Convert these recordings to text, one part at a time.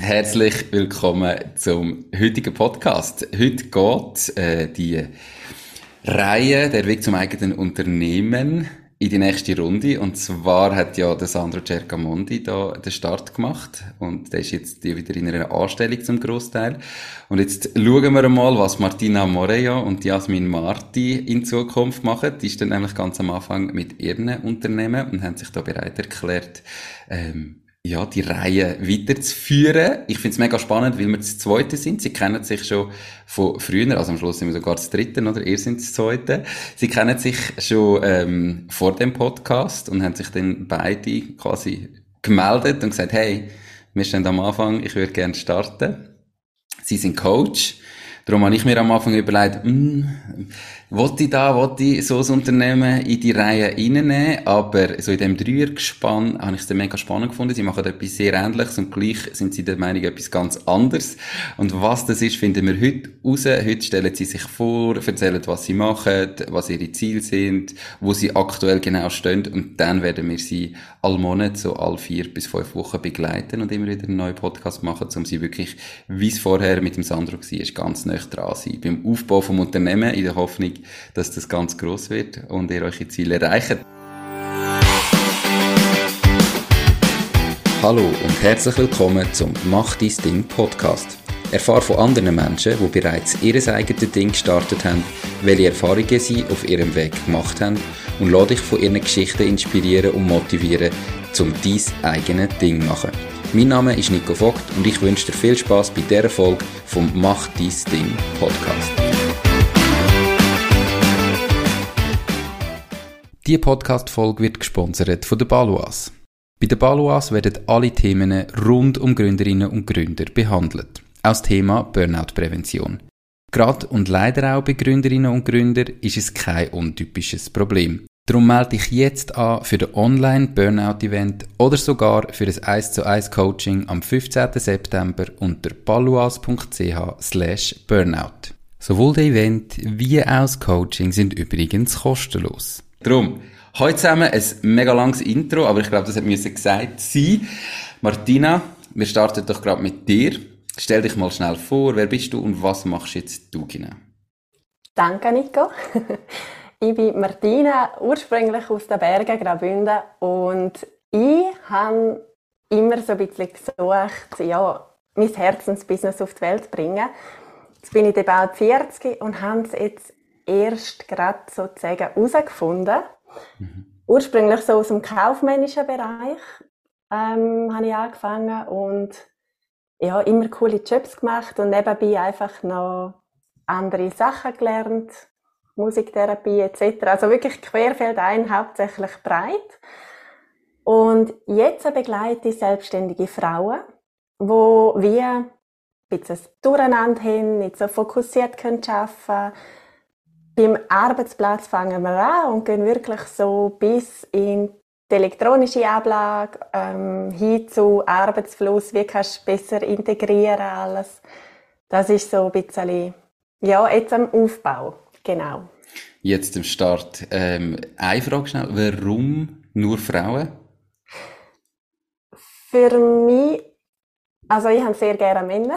Herzlich willkommen zum heutigen Podcast. Heute geht die Reihe «Der Weg zum eigenen Unternehmen» in die nächste Runde. Und zwar hat ja der Sandro Cercamondi da den Start gemacht. Und der ist jetzt wieder in einer Anstellung zum Grossteil. Und jetzt schauen wir mal, was Martina Morejo und Jasmin Marti in Zukunft machen. Die ist dann nämlich ganz am Anfang mit ihren Unternehmen und haben sich da bereit erklärt, die Reihe weiterzuführen. Ich finde es mega spannend, weil wir das Zweite sind. Sie kennen sich schon von früher, also am Schluss sind wir sogar das Dritte, oder? Ihr seid das Zweite. Sie kennen sich schon vor dem Podcast und haben sich dann beide quasi gemeldet und gesagt, hey, wir stehen am Anfang, ich würde gerne starten. Sie sind Coach. Darum habe ich mir am Anfang überlegt, wollte ich so ein Unternehmen in die Reihe reinnehmen, aber so in dem Dreiergespann habe ich es dann mega spannend gefunden. Sie machen etwas sehr Ähnliches und gleich sind sie der Meinung etwas ganz anderes. Und was das ist, finden wir heute raus. Heute stellen sie sich vor, erzählen, was sie machen, was ihre Ziele sind, wo sie aktuell genau stehen und dann werden wir sie alle Monate, so alle 4 bis 5 Wochen begleiten und immer wieder einen neuen Podcast machen, um sie wirklich, wie es vorher mit dem Sandro war, ganz nah dran sein. Beim Aufbau vom Unternehmen in der Hoffnung, dass das ganz gross wird und ihr eure Ziele erreicht. Hallo und herzlich willkommen zum Mach dein Ding Podcast. Erfahre von anderen Menschen, die bereits ihr eigenes Ding gestartet haben, welche Erfahrungen sie auf ihrem Weg gemacht haben und lass dich von ihren Geschichten inspirieren und motivieren, um dein eigenes Ding zu machen. Mein Name ist Nico Vogt und ich wünsche dir viel Spass bei dieser Folge vom Mach dein Ding Podcast. Diese Podcast-Folge wird gesponsert von der Baloise. Bei der Baloise werden alle Themen rund um Gründerinnen und Gründer behandelt. Auch das Thema Burnout-Prävention. Gerade und leider auch bei Gründerinnen und Gründern ist es kein untypisches Problem. Darum melde dich jetzt an für das Online-Burnout-Event oder sogar für ein 1:1 Coaching am 15. September unter baloise.ch/burnout. Sowohl das Event wie auch das Coaching sind übrigens kostenlos. Drum, heute zusammen ein mega langes Intro, aber ich glaube, das musste gesagt sein. Martina, wir starten doch gerade mit dir. Stell dich mal schnell vor, wer bist du und was machst jetzt du genau? Danke, Nico. Ich bin Martina, ursprünglich aus den Bergen Graubünden und ich habe immer so ein bisschen gesucht, mein Herzensbusiness auf die Welt zu bringen. Jetzt bin ich dann bald 40 und habe es jetzt erst gerade sozusagen herausgefunden. Ursprünglich so aus dem kaufmännischen Bereich habe ich angefangen und immer coole Jobs gemacht und nebenbei einfach noch andere Sachen gelernt, Musiktherapie etc. Also wirklich querfeldein, hauptsächlich breit. Und jetzt begleite ich selbstständige Frauen, die wie ein bisschen durcheinander haben, nicht so fokussiert arbeiten können. Beim Arbeitsplatz fangen wir an und gehen wirklich so bis in die elektronische Ablage, hin zu Arbeitsfluss, wie kannst du besser integrieren alles. Das ist so ein bisschen, jetzt am Aufbau, genau. Jetzt am Start. Eine Frage schnell, warum nur Frauen? Für mich, also ich habe sehr gerne Männer.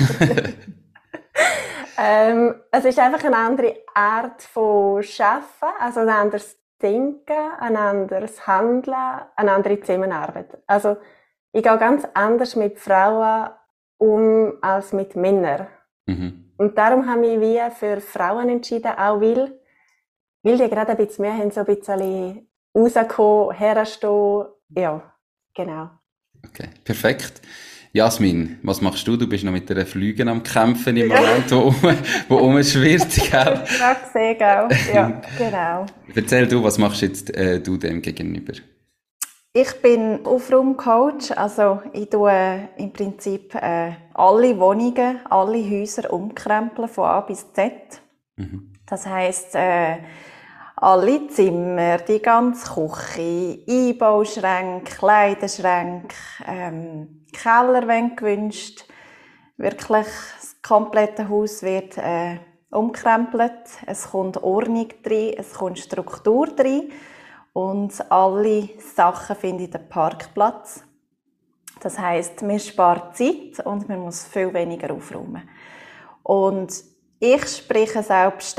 Es ist einfach eine andere Art von Arbeiten, also ein anderes Denken, ein anderes Handeln, eine andere Zusammenarbeit. Also ich gehe ganz anders mit Frauen um als mit Männern. Und darum habe ich mich für Frauen entschieden, auch weil die gerade ein bisschen mehr haben, so ein bisschen rauskommen, herstehen. Ja, genau. Okay, perfekt. Jasmin, was machst du? Du bist noch mit der Flüge am Kämpfen im Moment, wo umschwirrt, gell? Ich habe gesehen, gell? Ja, genau. Erzähl du, was machst jetzt du dem gegenüber? Ich bin Aufraumcoach, also ich tue im Prinzip alle Wohnungen, alle Häuser umkrempeln, von A bis Z. Das heisst, alle Zimmer, die ganze Küche, Einbauschränke, Kleiderschränke, Keller, wenn gewünscht. Wirklich, das komplette Haus wird umkrempelt. Es kommt Ordnung rein, es kommt Struktur rein und alle Sachen finden den Parkplatz. Das heisst, man spart Zeit und man muss viel weniger aufräumen. Und ich spreche selbst,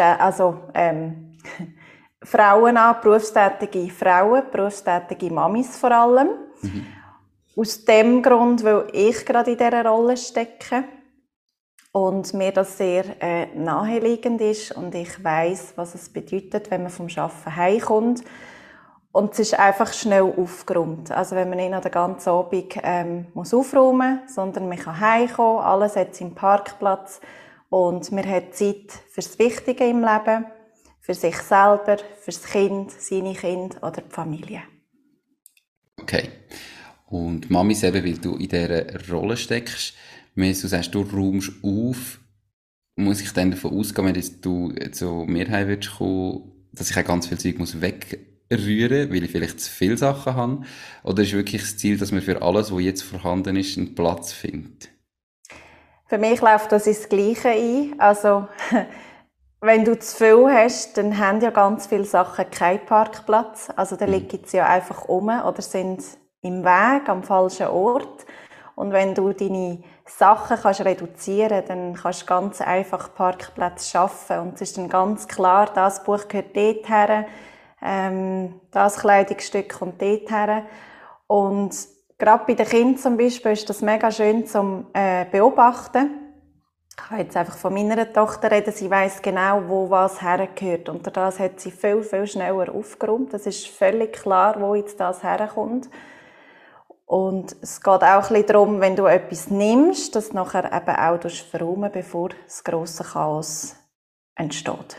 Frauen an, berufstätige Frauen, berufstätige Mamis vor allem. Mhm. Aus dem Grund, weil ich gerade in dieser Rolle stecke und mir das sehr naheliegend ist und ich weiss, was es bedeutet, wenn man vom Arbeiten heimkommt. Und es ist einfach schnell aufgeräumt. Also wenn man nicht noch den ganzen Abend muss aufräumen muss, sondern man kann heimkommen, alles hat seinen Parkplatz und man hat Zeit fürs Wichtige im Leben, für sich selber, fürs Kind, seine Kinder oder die Familie. Okay. Und Mami selber, weil du in dieser Rolle steckst, wenn du sagst, du räumst auf, muss ich dann davon ausgehen, wenn du zu mir heim willst kommen, dass ich auch ganz viel Zeug muss wegrühren, weil ich vielleicht zu viele Sachen habe? Oder ist wirklich das Ziel, dass man für alles, was jetzt vorhanden ist, einen Platz findet? Für mich läuft das ins Gleiche ein. Also, wenn du zu viel hast, dann haben ja ganz viele Sachen keinen Parkplatz. Also, dann liegen sie ja einfach rum oder sind im Weg, am falschen Ort. Und wenn du deine Sachen kannst reduzieren, dann kannst du ganz einfach Parkplätze schaffen. Und es ist dann ganz klar, das Buch gehört dort her, das Kleidungsstück kommt dort her. Und gerade bei den Kindern zum Beispiel ist das mega schön zum Beobachten. Ich kann jetzt einfach von meiner Tochter reden, sie weiss genau, wo was hergehört. Und das hat sie viel, viel schneller aufgeräumt. Es ist völlig klar, wo jetzt das herkommt. Und es geht auch ein bisschen darum, wenn du etwas nimmst, dass du nachher eben auch verräumen, bevor das grosse Chaos entsteht.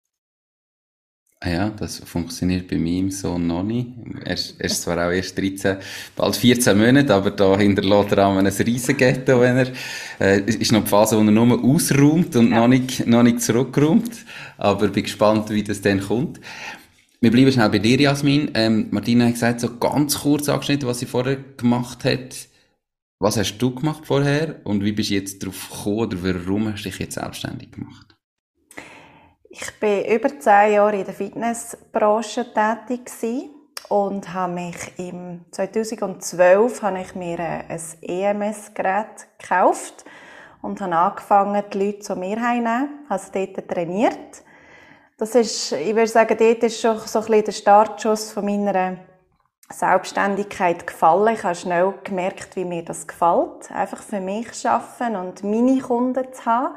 Ja, das funktioniert bei meinem Sohn noch nicht. Er ist zwar auch erst 13, bald 14 Monate, aber da hinterlässt er auch ein Riesenghetto, wenn ist noch die Phase, wo er nur ausräumt und noch nicht zurückräumt. Aber bin gespannt, wie das dann kommt. Wir bleiben schnell bei dir, Jasmin. Martina hat gesagt, so ganz kurz angeschnitten, was sie vorher gemacht hat. Was hast du gemacht vorher und wie bist du jetzt darauf gekommen oder warum hast du dich jetzt selbstständig gemacht? Ich war über 10 Jahre in der Fitnessbranche tätig und habe mich im 2012 habe ich mir ein EMS-Gerät gekauft und habe angefangen, die Leute zu mir heimzunehmen, also dort trainiert. Das ist, ich würde sagen, dort ist schon so ein bisschen der Startschuss von meiner Selbstständigkeit gefallen. Ich habe schnell gemerkt, wie mir das gefällt. Einfach für mich arbeiten und meine Kunden zu haben.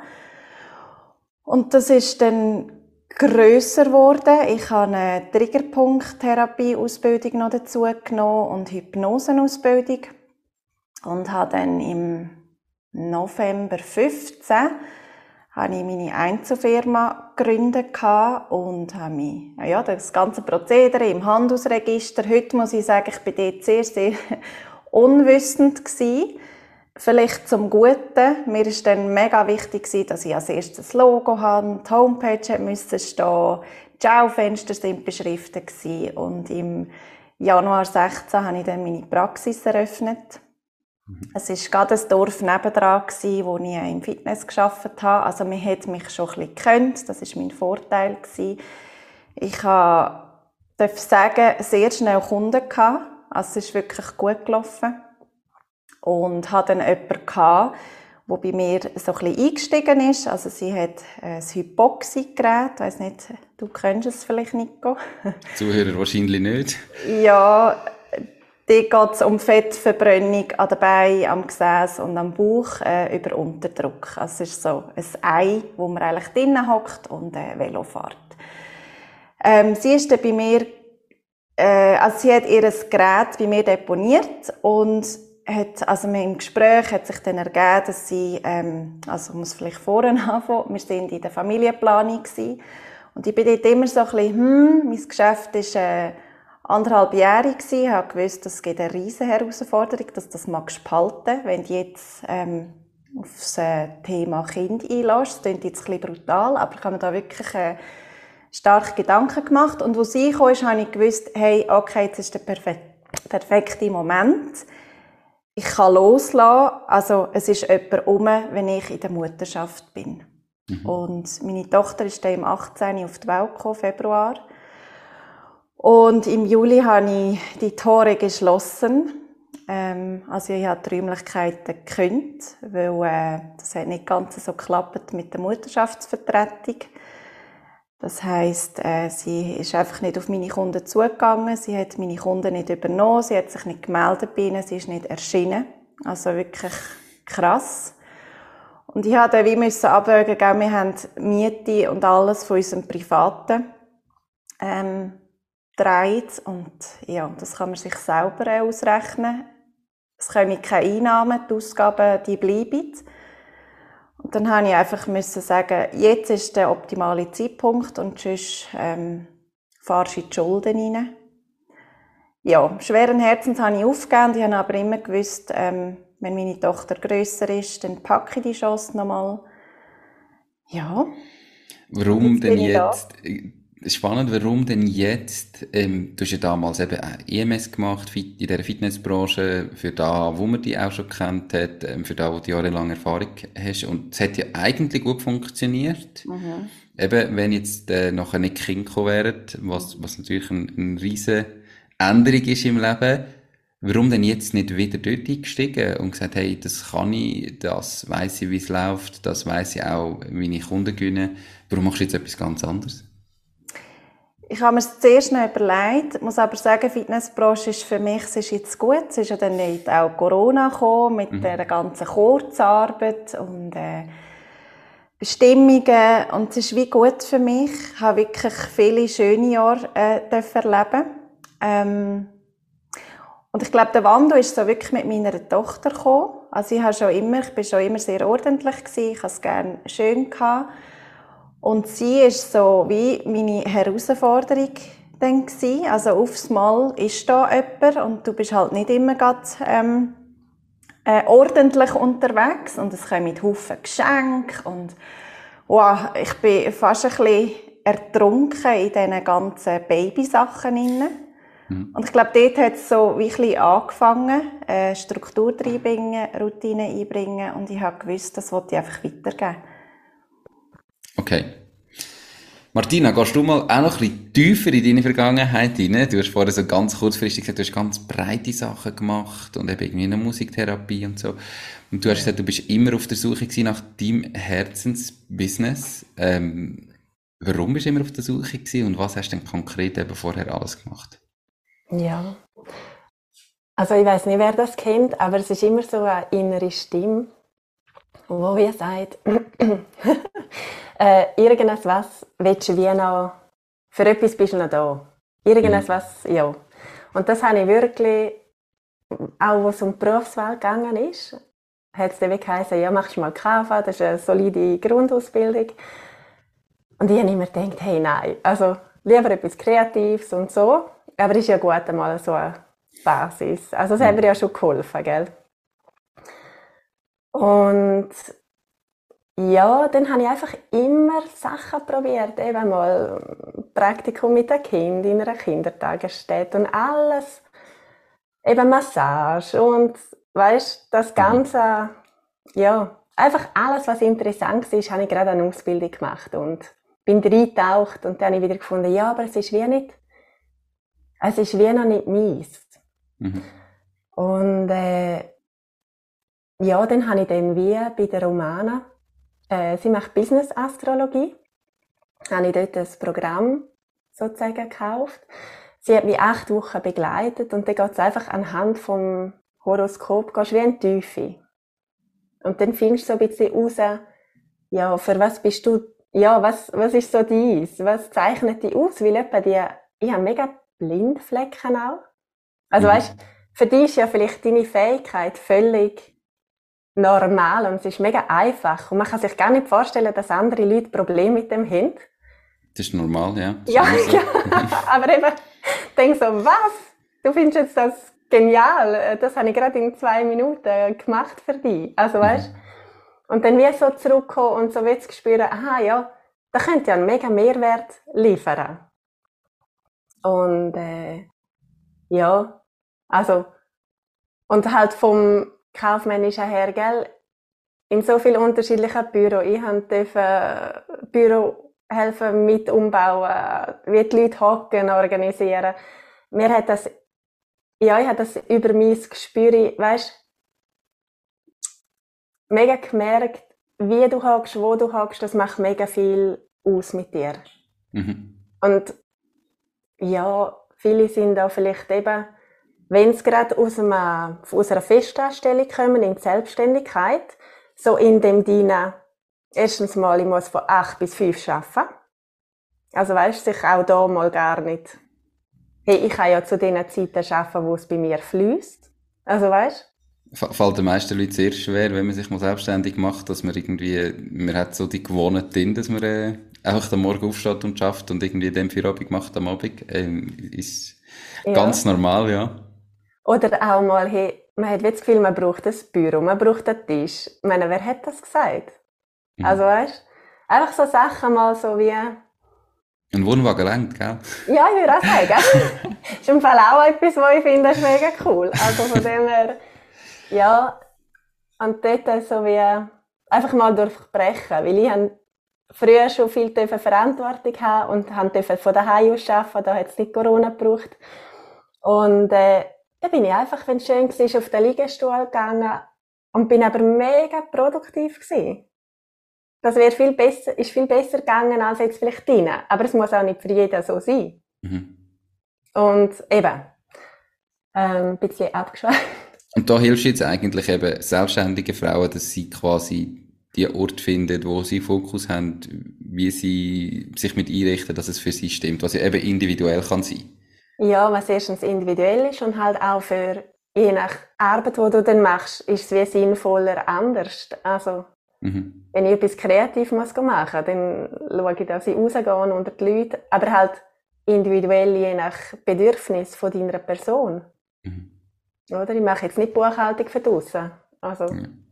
Und das ist dann grösser geworden. Ich habe eine Triggerpunkt-Therapie-Ausbildung noch dazu genommen und Hypnosenausbildung. Und habe dann im November 2015 habe ich meine Einzelfirma gegründet und habe mich, das ganze Prozedere im Handelsregister. Heute muss ich sagen, ich war dort sehr, sehr unwissend gewesen. Vielleicht zum Guten. Mir war dann mega wichtig, dass ich als erstes das Logo habe, die Homepage musste stehen, die Schaufenster sind beschriftet gewesen. Und im Januar 2016 habe ich dann meine Praxis eröffnet. Es war gerade ein Dorf nebendran, wo ich im Fitness gearbeitet habe. Also man hat mich schon ein bisschen gekannt, das war mein Vorteil. Ich darf sagen, sehr schnell Kunden gehabt. Also es ist wirklich gut gelaufen. Und hatte dann jemanden gehabt, der bei mir so ein bisschen eingestiegen ist. Also sie hat ein Hypoxie-Gerät. Ich weiss nicht, du kennst es vielleicht, Nico? Zuhörer wahrscheinlich nicht. Ja, dort geht es um Fettverbrennung an den Beinen, am Gesäß und am Bauch über Unterdruck. Also es ist so ein Ei, wo man eigentlich drinnen hockt und Velo fährt. Sie ist dann bei mir, sie hat ihr Gerät bei mir deponiert und im Gespräch hat sich dann ergeben, dass sie, ich muss vielleicht vorne anfangen, wir sind in der Familienplanung gewesen. Und ich bin dort immer so ein bisschen, mein Geschäft ist 1,5-jährig gewesen. Ich habe gewusst, es gibt eine riesen Herausforderung, dass das magst behalten, wenn du jetzt auf das Thema Kind einlässt. Das klingt jetzt ein bisschen brutal, aber ich habe mir da wirklich starke Gedanken gemacht. Und als sie kam, habe ich gewusst, hey, okay, jetzt ist der perfekte Moment. Ich kann loslassen, also es ist jemand wenn ich in der Mutterschaft bin. Mhm. Und meine Tochter ist dann im 18. auf die Welt gekommen, Februar. Und im Juli habe ich die Tore geschlossen. Also ich habe die Räumlichkeiten gekündigt, weil das hat nicht ganz so geklappt mit der Mutterschaftsvertretung. Das heisst, sie ist einfach nicht auf meine Kunden zugegangen, sie hat meine Kunden nicht übernommen, sie hat sich nicht gemeldet bei ihnen, sie ist nicht erschienen. Also wirklich krass. Und ich musste dann wie abwägen, wir haben Miete und alles von unserem Privaten gedreht. Und ja, das kann man sich selber ausrechnen. Es kommen keine Einnahmen, die Ausgaben, die bleiben. Und dann musste ich einfach sagen, jetzt ist der optimale Zeitpunkt und sonst fahrst du in die Schulden rein. Ja, schweren Herzens habe ich aufgegeben. Ich habe aber immer gewusst, wenn meine Tochter grösser ist, dann packe ich die Chance nochmal. Ja. Warum denn jetzt? Spannend, warum denn jetzt? Du hast ja damals eben EMS gemacht in dieser Fitnessbranche, für da, wo man die auch schon kennt hat, für da, wo du jahrelang Erfahrung hast. Und es hat ja eigentlich gut funktioniert. Mhm. Eben, wenn jetzt nachher nicht Kinder gekommen wären, was natürlich eine riesen Änderung ist im Leben. Warum denn jetzt nicht wieder dort eingestiegen und gesagt, hey, das kann ich, das weiss ich, wie es läuft, das weiss ich auch, wie ich Kunden gewinne. Warum machst du jetzt etwas ganz anderes? Ich habe mir es zuerst noch überlegt. Ich muss aber sagen, die Fitnessbranche ist für mich, es ist jetzt gut. Es ist ja dann nicht auch Corona gekommen, mit der ganzen Kurzarbeit und Bestimmungen. Und es ist wie gut für mich. Ich habe wirklich viele schöne Jahre erleben. Und ich glaube, der Wandel ist so wirklich mit meiner Tochter gekommen. Also ich bin schon immer sehr ordentlich gewesen. Ich hatte es gerne schön gehabt. Und sie ist so wie meine Herausforderung dann gewesen. Also aufs Mal ist da jemand und du bist halt nicht immer ganz ordentlich unterwegs. Und es kommen mit Haufen Geschenke und wow, ich bin fast ein bisschen ertrunken in diesen ganzen Babysachen inne. Und ich glaube, dort hat es so wie ein bisschen angefangen, Struktur reinbringen, Routine einbringen und ich habe gewusst, das wollte ich einfach weitergeben. Okay. Martina, gehst du mal auch noch ein bisschen tiefer in deine Vergangenheit rein? Du hast vorher so ganz kurzfristig gesagt, du hast ganz breite Sachen gemacht und eben irgendwie eine Musiktherapie und so. Und du hast gesagt, du bist immer auf der Suche gewesen nach deinem Herzensbusiness. Warum bist du immer auf der Suche gewesen und was hast du denn konkret eben vorher alles gemacht? Ja, also ich weiss nicht, wer das kennt, aber es ist immer so eine innere Stimme, wo wie sagt, irgendwas willst du wie noch, für etwas bist du noch da. Irgendwas, ja. Und das habe ich wirklich, auch als es um die Berufswahl gegangen ist, hat es dann geheißen, ja, machst du mal KV, das ist eine solide Grundausbildung. Und ich habe immer gedacht, hey, nein, also lieber etwas Kreatives und so. Aber es ist ja gut, einmal so eine Basis. Also das hat mir ja schon geholfen, gell? Und ja, dann habe ich einfach immer Sachen probiert. Eben mal Praktikum mit einem Kind in einer Kindertagesstätte und alles. Eben Massage und weisst, das Ganze, ja, einfach alles, was interessant war, habe ich gerade eine Ausbildung gemacht und bin reingetaucht und dann habe ich wieder gefunden, ja, aber es ist wie noch nicht meins. Mhm. Und ja, dann habe ich dann wie bei der Romana, sie macht Business-Astrologie, habe ich dort ein Programm sozusagen gekauft. Sie hat mich 8 Wochen begleitet und dann geht es einfach anhand vom Horoskop, gehst wie in die Tiefe. Und dann findest du so ein bisschen raus, ja, für was bist du, ja, was ist so dies, was zeichnet dich aus, weil ich habe mega Blindflecken auch. Also weißt, für dich ist ja vielleicht deine Fähigkeit völlig normal und es ist mega einfach und man kann sich gar nicht vorstellen, dass andere Leute Probleme mit dem haben. Das ist normal, ja. Ja, aber eben, ich denke so, was? Du findest jetzt das genial, das habe ich gerade in 2 Minuten gemacht für dich. Also weißt, und dann wie so zurückkommen und so wie zu spüren, aha, ja, da könnte ja einen mega Mehrwert liefern. Und ja, also und halt vom Kaufmännischen her, gell, in so vielen unterschiedlichen Büros. Ich durfte Büro helfen mit umbauen, wie die Leute hocken, organisieren. Mir hat das ja, ich habe das über mein Gespür, weißt, mega gemerkt, wie du hockst, wo du hockst, das macht mega viel aus mit dir. Mhm. Und ja, viele sind da vielleicht eben, wenn sie gerade aus einer Festanstellung kommen, in die Selbstständigkeit, so in dem Dienen, erstens mal, ich muss von 8 bis 5 arbeiten. Also weisst du, sich auch da mal gar nicht, hey, ich kann ja zu den Zeiten arbeiten, wo es bei mir fließt. Also weisst Fällt den meisten Leuten sehr schwer, wenn man sich mal selbstständig macht, dass man irgendwie, man hat so die Gewohnheit drin, dass man einfach am Morgen aufsteht und schafft und irgendwie den Feierabend macht am Abend. Ist ja. ganz normal, ja. Oder auch mal, hey, man hat das Gefühl, man braucht ein Büro, man braucht einen Tisch. Ich meine, wer hat das gesagt? Mhm. Also weisst einfach so Sachen mal so wie... Ein Wohnwagen lenkt, gell? Ja, ich würde auch sagen, gell? Ist im Fall auch etwas, was ich finde, ist mega cool. Also von dem her, ja, und dort so wie einfach mal durchbrechen, weil ich habe früher schon viel Verantwortung haben und durfte von daheim aus arbeiten, da hat es nicht Corona gebraucht. Und da bin ich einfach, wenn es schön war, auf den Liegestuhl gegangen und bin aber mega produktiv gewesen. Das ist viel besser gegangen als jetzt vielleicht drinnen. Aber es muss auch nicht für jeden so sein. Mhm. Und eben, ein bisschen abgeschweift. Und da hilfst du jetzt eigentlich eben selbstständigen Frauen, dass sie quasi die Ort finden, wo sie Fokus haben, wie sie sich mit einrichten, dass es für sie stimmt, was ja eben individuell kann sein. Ja, was erstens individuell ist und halt auch für je nach Arbeit, die du dann machst, ist es wie sinnvoller anders. Also, wenn ich etwas kreativ machen muss, dann schaue ich, dass ich rausgehe unter die Leute, aber halt individuell je nach Bedürfnis von deiner Person. Oder? Ich mache jetzt nicht Buchhaltung für draussen. Also,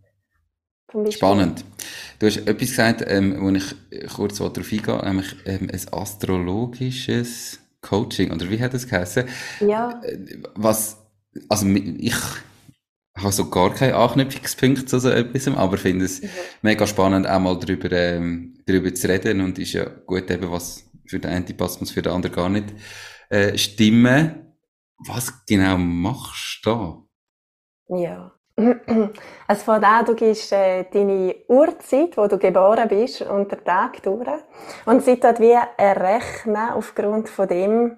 Spannend. Du hast etwas gesagt, wo ich kurz darauf eingehe, nämlich ein astrologisches Coaching, oder wie hat das geheißen? Ja. Also ich habe so gar keine Anknüpfungspunkte zu so etwas, aber finde es mega spannend, auch mal darüber zu reden, und ist ja gut eben, was für den einen passt, muss für den anderen gar nicht stimmen. Was genau machst du da? Ja. Also von da, du gibst deine Uhrzeit, wo du geboren bist, und den Tag durch. Und sie tut wie errechnen aufgrund von dem.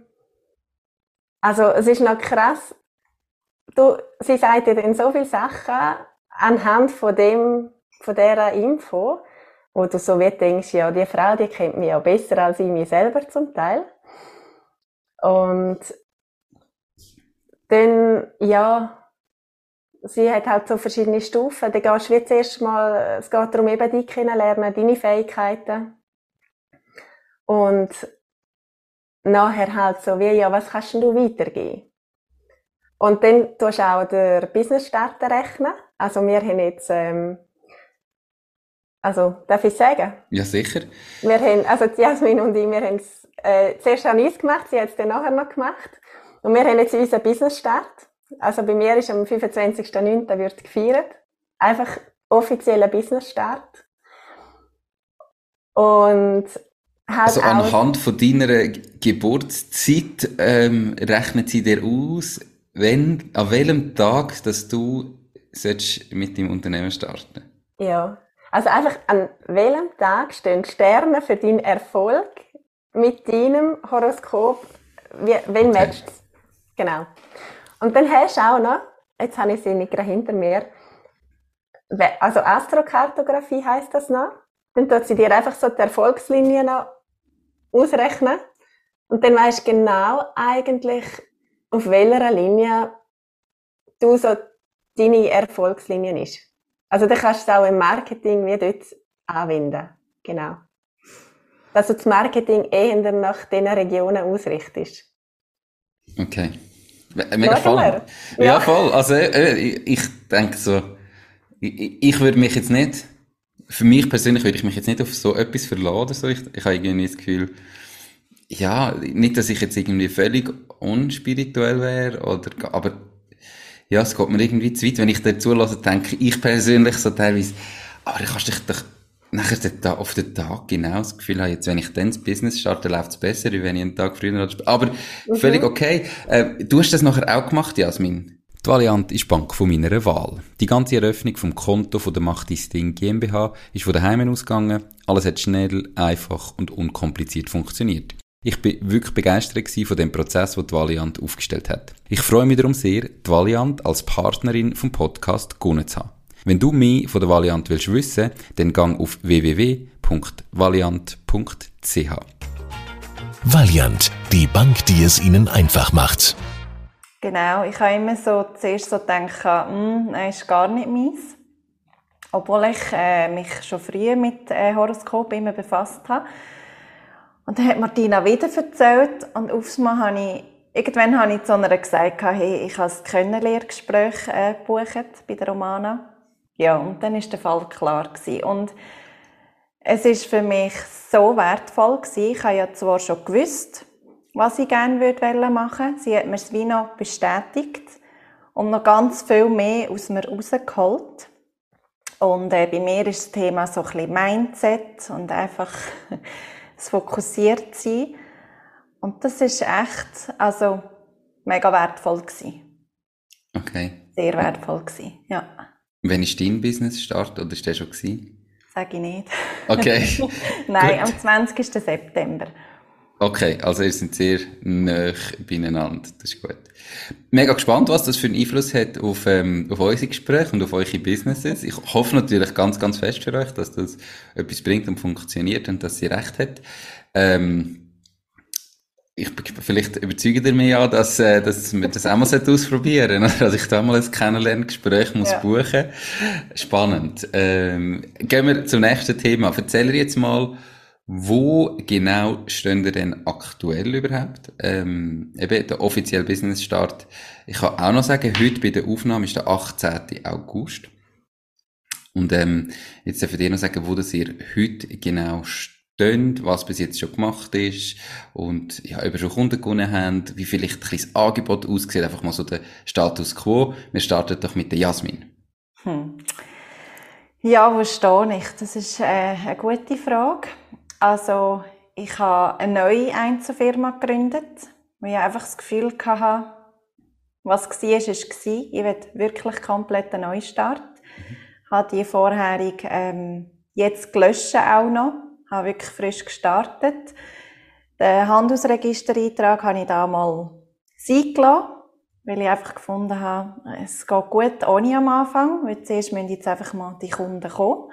Also es ist noch krass. Sie sagt dir dann so viele Sachen anhand von dieser Info, wo du so wie denkst, ja, die Frau, die kennt mich ja besser als ich mich selber zum Teil. Und dann, ja, sie hat halt so verschiedene Stufen. Dann gehst du wie zuerst mal, es geht darum, eben dich kennenlernen, deine Fähigkeiten. Und nachher halt so wie, ja, was kannst du weitergeben? Und dann tust du auch den Business-Start rechnen. Also wir haben jetzt, also darf ich sagen? Ja, sicher. Wir haben, also Jasmin und ich, wir haben es zuerst an uns gemacht, sie hat es dann nachher noch gemacht. Und wir haben jetzt unseren Business-Start. Also bei mir ist am 25.09. wird gefeiert. Einfach offizieller Business-Start. Und halt also anhand von deiner Geburtszeit rechnet sie dir aus, an welchem Tag, dass du mit deinem Unternehmen starten. Ja, also einfach an welchem Tag stehen Sterne für deinen Erfolg mit deinem Horoskop, wenn matcht es? Genau. Und dann hast du auch noch, jetzt habe ich sie nicht gerade hinter mir, also Astrokartografie heisst das noch. Dann tut sie dir einfach so die Erfolgslinie noch ausrechnen. Und dann weisst du genau eigentlich, auf welcher Linie du so deine Erfolgslinie ist. Also dann kannst du es auch im Marketing wie dort anwenden. Genau. Dass du das Marketing eher nach diesen Regionen ausrichtest. Okay. Mega spannend. Ja, voll. Also ich denke so, ich würde mich jetzt nicht, für mich persönlich würde ich mich jetzt nicht auf so etwas verlassen oder so. Ich habe irgendwie das Gefühl, ja, nicht, dass ich jetzt irgendwie völlig unspirituell wäre, aber ja, es geht mir irgendwie zu weit. Wenn ich dazu höre, denke ich persönlich so teilweise, aber du kannst dich doch nachher auf den Tag genau das Gefühl habe, jetzt, wenn ich dann das Business starte, läuft es besser, wie wenn ich einen Tag früher hatte. Aber völlig okay. Du hast das nachher auch gemacht, Jasmin? Die Valiant ist die Bank von meiner Wahl. Die ganze Eröffnung vom Konto von der Mach dein Ding GmbH ist von daheim ausgegangen. Alles hat schnell, einfach und unkompliziert funktioniert. Ich bin wirklich begeistert von dem Prozess, den die Valiant aufgestellt hat. Ich freue mich darum sehr, die Valiant als Partnerin vom Podcast gewonnen zu haben. Wenn du mehr von der Valiant willst wissen, dann gang auf www.valiant.ch. Valiant, die Bank, die es Ihnen einfach macht. Genau, ich habe immer zuerst gedacht, das ist gar nicht meins. Obwohl ich mich schon früher mit Horoskop immer befasst habe. Und dann hat Martina wieder erzählt und irgendwann habe ich zu einer gesagt, hey, ich habe ein Kennenlerngespräch gebucht bei der Romana. Ja, und dann war der Fall klar gewesen. Und es war für mich so wertvoll gewesen. Ich habe ja zwar schon gewusst, was ich gerne machen würde. Sie hat mir es wie noch bestätigt und noch ganz viel mehr aus mir rausgeholt. Und bei mir ist das Thema so ein bisschen Mindset und einfach das fokussiert sein. Und das ist echt, mega wertvoll gewesen. Okay. Sehr wertvoll gewesen, ja. Wann ist dein Business-Start oder ist der schon gewesen? Sag ich nicht. Okay. Nein, am 20. September. Okay, also ihr seid sehr nah beieinander. Das ist gut. Mega gespannt, was das für einen Einfluss hat auf unsere Gespräche und auf eure Businesses. Ich hoffe natürlich ganz, ganz fest für euch, dass das etwas bringt und funktioniert und dass sie recht hat. Vielleicht überzeugt ihr mich ja, dass wir das auch mal ausprobieren sollten, dass ich da mal ein Kennenlerngespräch muss buchen. Spannend. Gehen wir zum nächsten Thema. Erzähl ihr jetzt mal, wo genau stehen ihr denn aktuell überhaupt? Eben der offizielle Business-Start. Ich kann auch noch sagen, heute bei der Aufnahme ist der 18. August. Und jetzt dürft ihr noch sagen, wo das ihr heute genau steht, was bis jetzt schon gemacht ist und ja, ob ihr schon Kunden gewonnen habt, wie vielleicht ein bisschen das Angebot aussieht, einfach mal so der Status quo. Wir starten doch mit der Jasmin. Ja, wo stehe ich? Das ist eine gute Frage. Also, ich habe eine neue Einzelfirma gegründet, weil ich einfach das Gefühl hatte, was war, ist gewesen. Ich will wirklich komplett einen Neustart. Ich habe die vorherige jetzt gelöscht auch noch. Ich habe wirklich frisch gestartet. Den Handelsregistereintrag habe ich da mal sein gelassen, weil ich einfach gefunden habe, es geht gut ohne am Anfang, weil zuerst müssen jetzt einfach mal die Kunden kommen.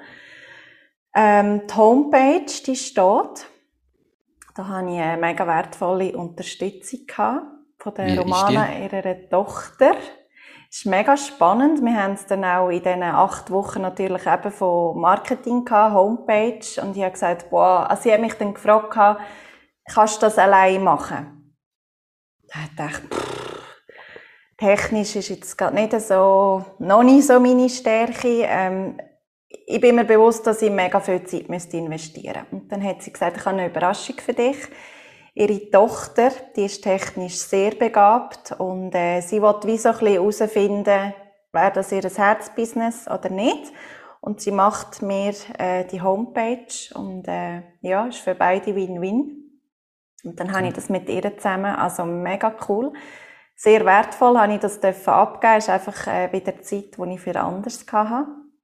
Die Homepage, die steht. Da hatte ich eine mega wertvolle Unterstützung von der Romana, ihrer Tochter. Das ist mega spannend. Wir haben es dann auch in diesen 8 Wochen natürlich eben von Marketing gehabt, Homepage. Und ich habe gesagt, sie hat mich dann gefragt, kannst du das allein machen? Da dachte ich, technisch ist jetzt gerade noch nicht so meine Stärke. Ich bin mir bewusst, dass ich mega viel Zeit investieren müsste. Und dann hat sie gesagt, ich habe eine Überraschung für dich. Ihre Tochter, die ist technisch sehr begabt und sie will wie so ein bisschen herausfinden, wäre das ihr Herzbusiness oder nicht. Und sie macht mir die Homepage und ist für beide Win-Win. Und dann habe ich das mit ihr zusammen, also mega cool. Sehr wertvoll habe ich das abgeben, ist einfach bei der Zeit, die ich für anderes hatte.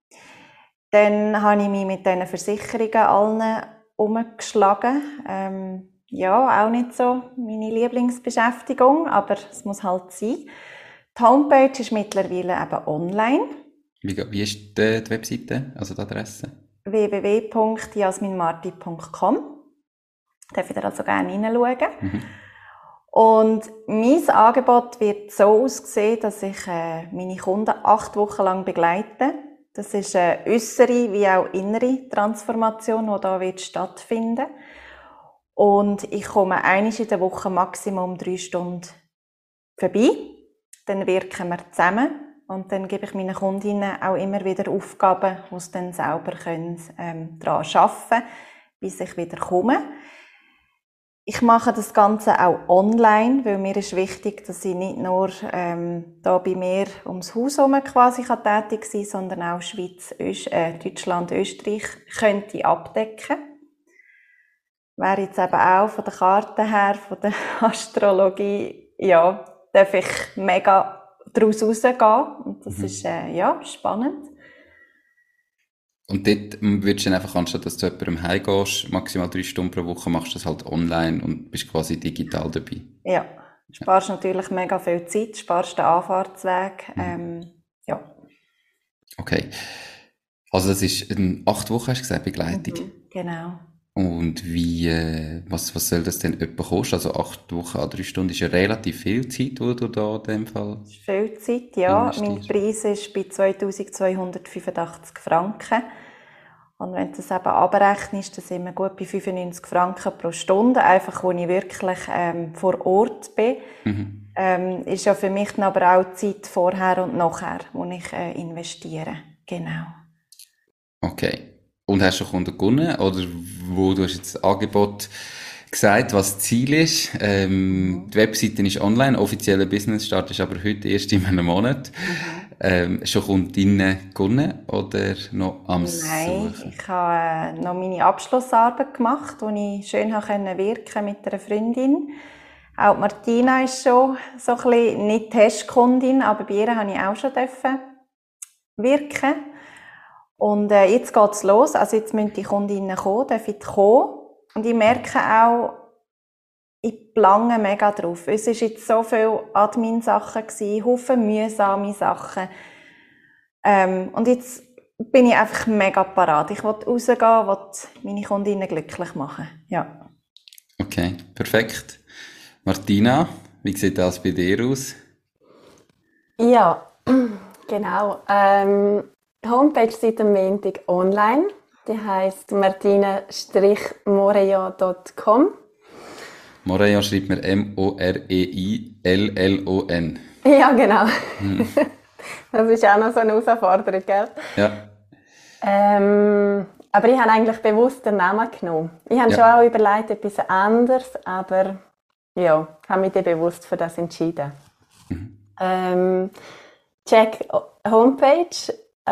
Dann habe ich mich mit diesen Versicherungen allen umgeschlagen. Auch nicht so meine Lieblingsbeschäftigung, aber es muss halt sein. Die Homepage ist mittlerweile eben online. Wie ist die Webseite, also die Adresse? www.jasminmarti.com. Darf ich da also gerne hineinschauen. Und mein Angebot wird so aussehen, dass ich meine Kunden 8 Wochen lang begleite. Das ist eine äußere wie auch innere Transformation, die da stattfinden wird. Und ich komme einmal in der Woche Maximum 3 Stunden vorbei. Dann wirken wir zusammen und dann gebe ich meinen Kundinnen auch immer wieder Aufgaben, die sie dann selber daran arbeiten können, bis ich wieder komme. Ich mache das Ganze auch online, weil mir ist wichtig, dass ich nicht nur da bei mir ums Haus herum quasi tätig sein kann, sondern auch Schweiz, Deutschland, Österreich könnte abdecken. Wäre jetzt eben auch von der Karte her, von der Astrologie, ja, darf ich mega daraus rausgehen. Und das ist, ja, spannend. Und dort würdest du dann einfach, anstatt dass du jemandem heimgehst, maximal 3 Stunden pro Woche, machst du das halt online und bist quasi digital dabei. Ja, sparst natürlich mega viel Zeit, sparst den Anfahrtsweg, ja. Okay. Also das ist 8 Wochen, hast du gesagt, Begleitung. Genau. Und wie, was soll das denn etwa kosten? Also 8 Wochen an 3 Stunden ist ja relativ viel Zeit, die du da in dem Fall Das ist viel Zeit, ja. Mein investierst. Preis ist bei 2285 Franken. Und wenn du das eben abrechnest, dann sind wir gut bei 95 Franken pro Stunde, einfach wo ich wirklich vor Ort bin. Ist ja für mich dann aber auch Zeit vorher und nachher, wo ich investiere. Genau. Okay. Und hast du schon Kunden gewonnen? Oder du hast jetzt das Angebot gesagt, was das Ziel ist? Die Webseite ist online, offizieller Business-Start ist aber heute erst in einem Monat. Schon Kundinnen gewonnen oder noch am Nein, Suchen? ich habe noch meine Abschlussarbeit gemacht, wo ich schön wirken konnte mit einer Freundin. Auch Martina ist schon so ein bisschen, nicht Testkundin, aber bei ihr durfte ich auch schon wirken. Und jetzt geht's los, also jetzt müssen die Kundinnen kommen, dürfen kommen. Und ich merke auch, ich plange mega drauf. Es war jetzt so viel Admin-Sachen, Haufen mühsame Sachen. Und jetzt bin ich einfach mega parat. Ich will rausgehen, will meine Kundinnen glücklich machen. Ja. Okay, perfekt. Martina, wie sieht das bei dir aus? Ja, genau. Die Homepage seit dem Montag online. Die heisst martina-moreja.com. Moreja schreibt man M-O-R-E-I-L-L-O-N. Ja, genau. Das ist auch noch so eine Herausforderung, gell? Ja. Aber ich habe eigentlich bewusst den Namen genommen. Ich habe schon auch überlegt, etwas anderes, aber ja, habe mich dann bewusst für das entschieden. Check Homepage.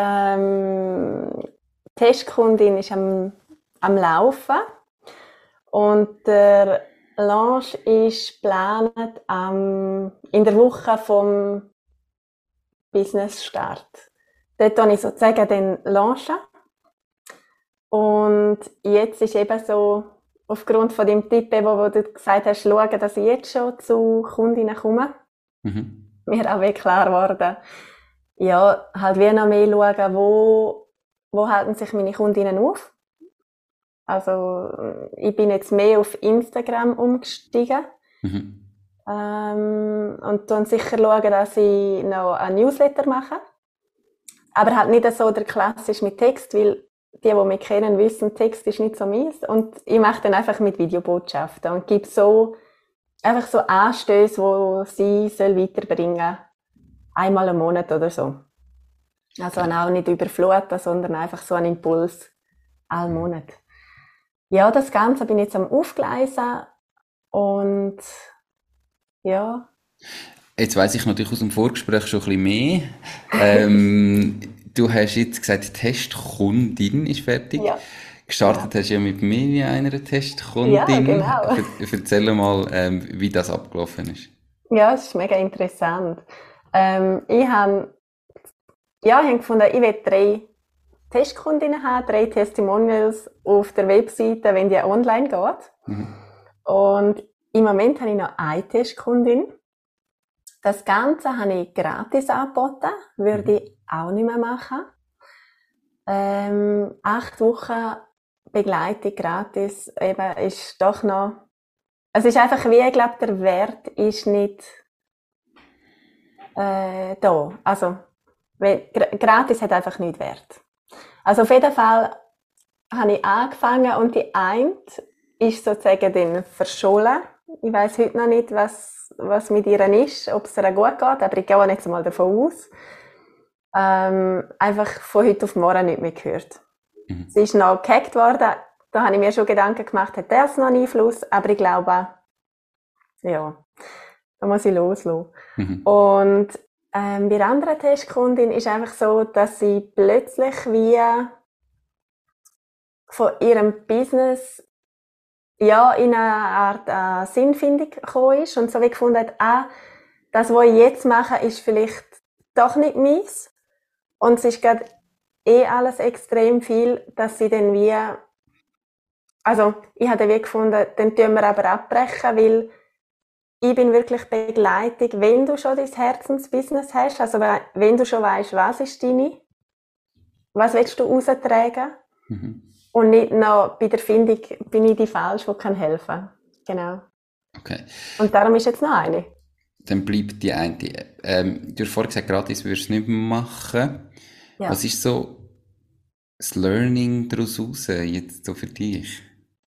Testkundin ist am Laufen und der Launch ist geplant in der Woche vom Business-Start. Dort launche ich sozusagen den launchen. Und jetzt ist eben so, aufgrund von dem Tipp, wo du gesagt hast, schauen, dass ich jetzt schon zu Kundinnen komme, mir auch wirklich klar geworden, ja, halt wie noch mehr schauen, wo halten sich meine Kundinnen auf. Also, ich bin jetzt mehr auf Instagram umgestiegen. Und dann sicher schauen, dass ich noch einen Newsletter mache. Aber halt nicht so der klassisch mit Text, weil die mich kennen, wissen, Text ist nicht so meins. Und ich mache dann einfach mit Videobotschaften und gebe so, einfach so Anstöße, die sie weiterbringen soll. Einmal im Monat oder so. Also auch nicht überfluten, sondern einfach so einen Impuls jeden Monat. Ja, das Ganze bin ich jetzt am Aufgleisen und ja. Jetzt weiss ich natürlich aus dem Vorgespräch schon ein bisschen mehr. Du hast jetzt gesagt, Testkundin ist fertig. Ja. Gestartet hast du ja mit mir wie einer Testkundin. Ja, genau. Erzähl mal, wie das abgelaufen ist. Ja, es ist mega interessant. Ich habe gefunden, ich will 3 Testkundinnen haben, 3 Testimonials auf der Webseite, wenn die online geht. Und im Moment habe ich noch eine Testkundin. Das Ganze habe ich gratis angeboten, würde ich auch nicht mehr machen. 8 Wochen Begleitung gratis, eben, ist doch noch, es ist einfach wie, ich glaube, der Wert ist nicht da. Also, gratis hat einfach nicht Wert. Also auf jeden Fall habe ich angefangen und die eine ist sozusagen dann verschollen. Ich weiss heute noch nicht, was mit ihr ist, ob es ihr gut geht, aber ich gehe jetzt mal davon aus. Einfach von heute auf morgen nicht mehr gehört. Sie ist noch gehackt worden, Da habe ich mir schon Gedanken gemacht, hat das noch einen Einfluss? Aber ich glaube, ja, da muss ich loslassen. Und bei der anderen Testkundin ist einfach so, dass sie plötzlich wie von ihrem Business ja in eine Art Sinnfindung gekommen ist und so wie gefunden hat, das, was ich jetzt mache, ist vielleicht doch nicht meins. Und es ist gerade alles extrem viel, dass sie dann wie, also ich habe dann wie gefunden, dann tun wir aber abbrechen, weil ich bin wirklich Begleitung, wenn du schon dein Herzensbusiness hast, also wenn du schon weißt, was ist was willst du raustragen? Und nicht noch bei der Findung bin ich die Falsche, die kann helfen. Genau. Okay. Und darum ist jetzt noch eine. Dann bleibt die eine. Du hast vorhin gesagt, gratis würdest du nicht machen. Ja. Was ist so das Learning daraus raus, jetzt so für dich?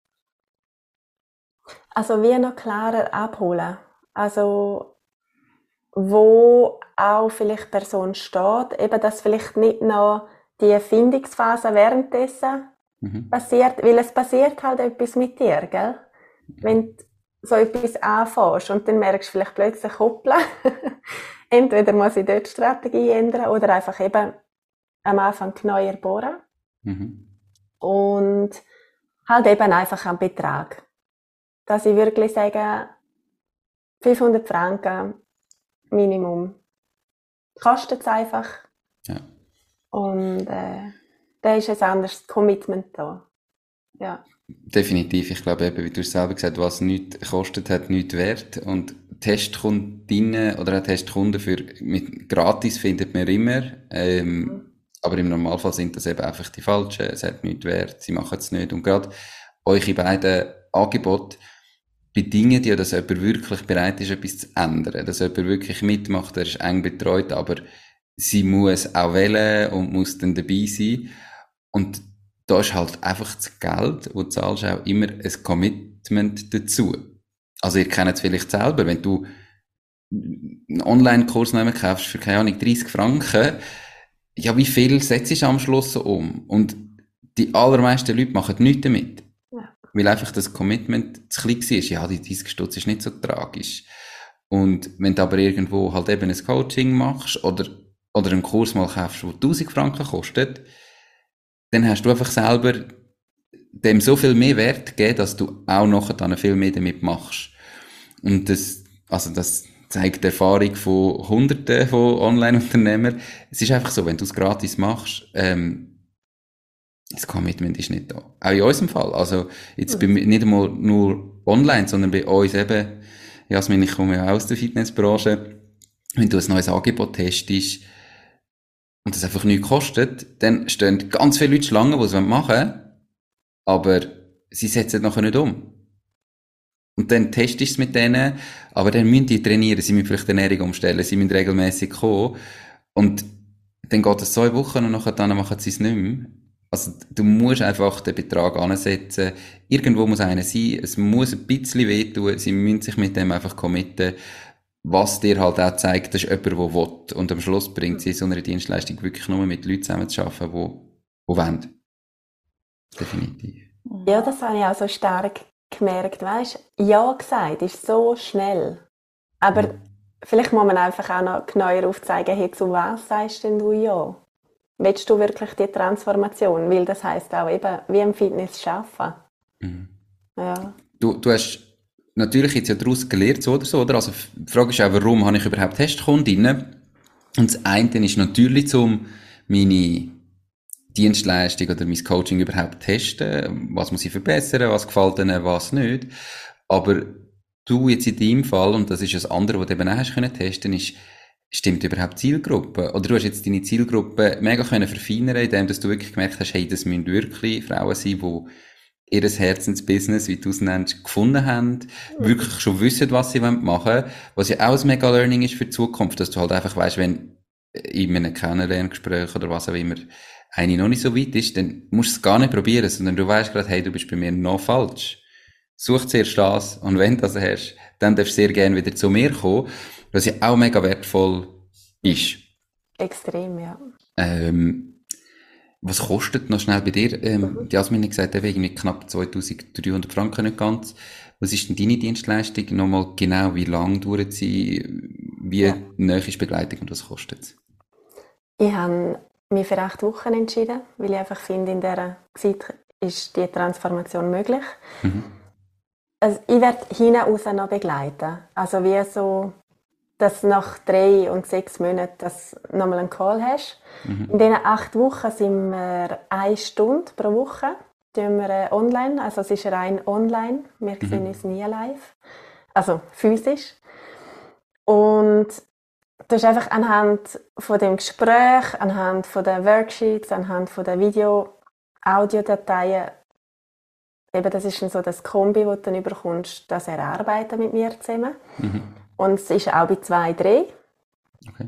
Also wie noch klarer abholen. Also wo auch vielleicht die Person steht, eben dass vielleicht nicht noch die Findungsphase währenddessen passiert, weil es passiert halt etwas mit dir, gell? Wenn du so etwas anfängst und dann merkst du vielleicht plötzlich, hoppla, entweder muss ich dort die Strategie ändern oder einfach eben am Anfang neu bohren. Und halt eben einfach am Betrag. Dass ich wirklich sage, 500 Franken Minimum. Kostet es einfach. Ja. Und da ist ein anderes Commitment da. Ja. Definitiv. Ich glaube eben, wie du es selber gesagt hast, was nichts kostet, hat nichts wert. Und Testkundinnen oder auch Testkunden mit gratis findet man immer. Aber im Normalfall sind das eben einfach die Falschen. Es hat nichts wert. Sie machen es nicht. Und gerade eure beiden Angebote bedingen ja, dass jemand wirklich bereit ist, etwas zu ändern. Dass jemand wirklich mitmacht, er ist eng betreut, aber sie muss auch wählen und muss dann dabei sein. Und da ist halt einfach das Geld, das du zahlst, auch immer ein Commitment dazu. Also ihr kennt es vielleicht selber, wenn du einen Online-Kurs kaufst für, keine Ahnung, 30 Franken, ja, wie viel setzt du am Schluss so um? Und die allermeisten Leute machen nichts damit. Ja. Weil einfach das Commitment zu klein war. Ja, die 30 Stutz ist nicht so tragisch. Und wenn du aber irgendwo halt eben ein Coaching machst oder einen Kurs mal kaufst, der 1000 Franken kostet, dann hast du einfach selber dem so viel mehr Wert gegeben, dass du auch nachher dann viel mehr damit machst. Und das zeigt die Erfahrung von Hunderten von Online-Unternehmern. Es ist einfach so, wenn du es gratis machst, das Commitment ist nicht da. Auch in unserem Fall. Also, jetzt nicht einmal nur online, sondern bei uns eben, Jasmin, ich komme ja auch aus der Fitnessbranche. Wenn du ein neues Angebot testest, und das einfach nichts kostet, dann stehen ganz viele Leute Schlangen, die es machen wollen, aber sie setzen es nachher nicht um. Und dann testest du es mit denen, aber dann müssen die trainieren, sie müssen vielleicht die Ernährung umstellen, sie müssen regelmäßig kommen. Und dann geht es 2 Wochen und nachher dann machen sie es nicht mehr. Also du musst einfach den Betrag ansetzen. Irgendwo muss einer sein, es muss ein bisschen wehtun, sie müssen sich mit dem einfach committen. Was dir halt auch zeigt, das ist jemand, der will. Und am Schluss bringt sie so eine Dienstleistung wirklich nur mit Leuten zusammen zu arbeiten, die wollen. Definitiv. Ja, das habe ich auch so stark gemerkt. Weißt, ja gesagt ist so schnell. Aber vielleicht muss man einfach auch noch genauer aufzeigen, hey, zu was sagst denn du ja? Willst du wirklich die Transformation? Weil das heisst auch eben, wie im Fitness arbeiten. Ja. Du hast natürlich jetzt ja daraus gelernt, so oder so, oder? Also, die Frage ist auch, warum habe ich überhaupt Testkundinnen? Und das eine ist natürlich, um meine Dienstleistung oder mein Coaching überhaupt testen. Was muss ich verbessern? Was gefällt ihnen? Was nicht? Aber du jetzt in deinem Fall, und das ist das andere, was du eben auch hast können testen, ist, stimmt überhaupt Zielgruppe? Oder du hast jetzt deine Zielgruppe mega können verfeinern, indem dass du wirklich gemerkt hast, hey, das müssen wirklich Frauen sein, die ihr Herzensbusiness, wie du es nennst, gefunden haben, wirklich schon wissen, was sie machen wollen, was ja auch ein mega Learning ist für die Zukunft, dass du halt einfach weisst, wenn in einem Kennenlerngespräch oder was auch immer eine noch nicht so weit ist, dann musst du es gar nicht probieren, sondern du weißt gerade, hey, du bist bei mir noch falsch. Such zuerst das und wenn du das hast, dann darfst du sehr gerne wieder zu mir kommen, was ja auch mega wertvoll ist. Extrem, ja. Was kostet noch schnell bei dir? Die Jasmin hat gesagt, irgendwie knapp 2300 Franken, nicht ganz. Was ist denn deine Dienstleistung? Nochmal genau, wie lang dauert sie? Wie nahe ist Begleitung und was kostet es? Ich habe mich für 8 Wochen entschieden, weil ich einfach finde, in dieser Zeit ist die Transformation möglich. Also ich werde hinten raus noch begleiten. Also wie so, dass nach 3 und 6 Monaten dass du nochmal einen Call hast. In diesen 8 Wochen sind wir 1 Stunde pro Woche tun wir online. Also es ist rein online. Wir sehen uns nie live. Also physisch. Und du hast einfach anhand von dem Gespräch, anhand von den Worksheets, anhand von den Audio-Dateien, eben das ist dann so das Kombi, das du dann bekommst, das erarbeiten mit mir zusammen. Und es ist auch bei 2, 3. Okay.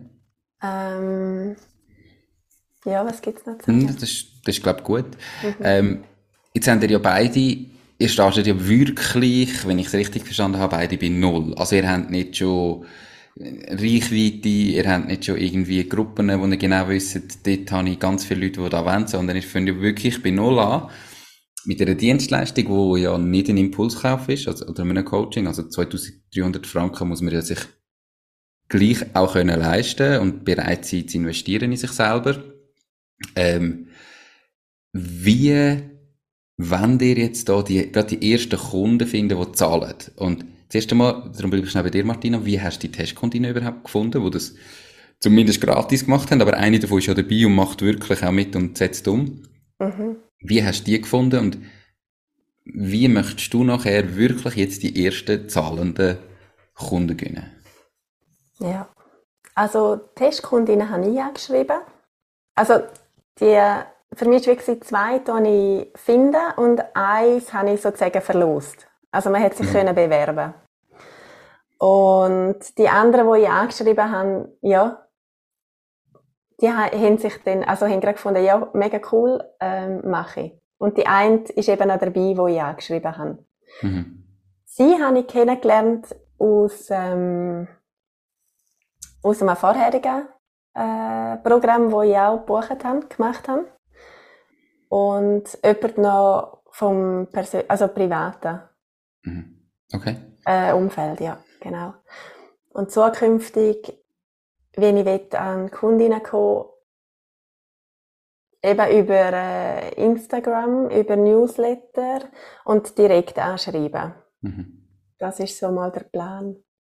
Ja, was gibt es noch zu sagen? Das ist glaube ich, gut. Jetzt haben ihr ja beide, ihr startet ja wirklich, wenn ich es richtig verstanden habe, beide bei 0. Also ihr habt nicht schon Reichweite, ihr habt nicht schon irgendwie Gruppen, wo ihr genau wisst, dort habe ich ganz viele Leute, die da wollen, sondern ihr fängt ja wirklich bei 0 an. Mit einer Dienstleistung, die ja nicht ein Impulskauf ist, also, oder mit einem Coaching, also 2300 Franken muss man ja sich gleich auch können leisten und bereit sein zu investieren in sich selber. Wie wollt ihr jetzt da gerade die ersten Kunden finden, die zahlen? Und zuerst einmal, darum bleibe ich schnell bei dir, Martina, wie hast du die Testkundinnen überhaupt gefunden, die das zumindest gratis gemacht haben, aber eine davon ist ja dabei und macht wirklich auch mit und setzt um. Wie hast du die gefunden und wie möchtest du nachher wirklich jetzt die ersten zahlenden Kunden gewinnen? Ja, also Testkundinnen habe ich angeschrieben. Also für mich war es 2, die ich finden und 1 habe ich sozusagen verlost. Also man hätte sich können bewerben. Und die anderen, die ich angeschrieben habe, ja, die haben sich dann, also haben gerade gefunden, ja, mega cool, mache ich. Und die eine ist eben auch dabei, die ich angeschrieben habe. Sie habe ich kennengelernt aus einem vorherigen Programm, das ich auch gemacht habe. Und jemand noch vom privaten Okay. Umfeld, ja, genau. Und zukünftig, wenn ich an Kundinnen kommen, eben über Instagram, über Newsletter und direkt anschreiben. Das ist so mal der Plan.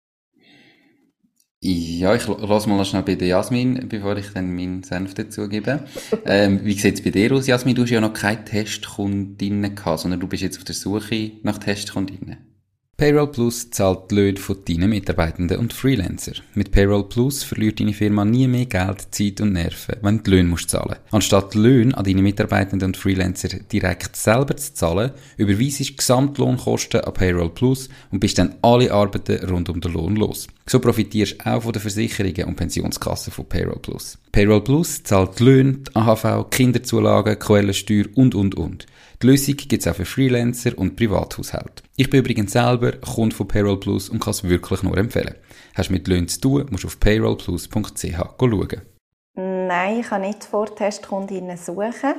Ja, ich lasse mal noch schnell bei der Jasmin, bevor ich dann meinen Senf dazu gebe. Wie sieht es bei dir aus, Jasmin? Du hast ja noch keine Testkundinnen gehabt, sondern du bist jetzt auf der Suche nach Testkundinnen. Payroll Plus zahlt die Löhne von deinen Mitarbeitenden und Freelancer. Mit Payroll Plus verliert deine Firma nie mehr Geld, Zeit und Nerven, wenn du die Löhne zahlen musst. Anstatt die Löhne an deine Mitarbeitenden und Freelancer direkt selber zu zahlen, überweisst du Gesamtlohnkosten an Payroll Plus und bist dann alle Arbeiten rund um den Lohn los. So profitierst du auch von den Versicherungen und Pensionskassen von Payroll Plus. Payroll Plus zahlt die Löhne, die AHV, Kinderzulagen, Quellensteuer und. Die Lösung gibt es auch für Freelancer und Privathaushalte. Ich bin übrigens selber Kunde von Payroll Plus und kann es wirklich nur empfehlen. Hast du mit Löhnen zu tun, musst du auf payrollplus.ch schauen. Nein, ich kann nicht vor Testkundinnen suchen.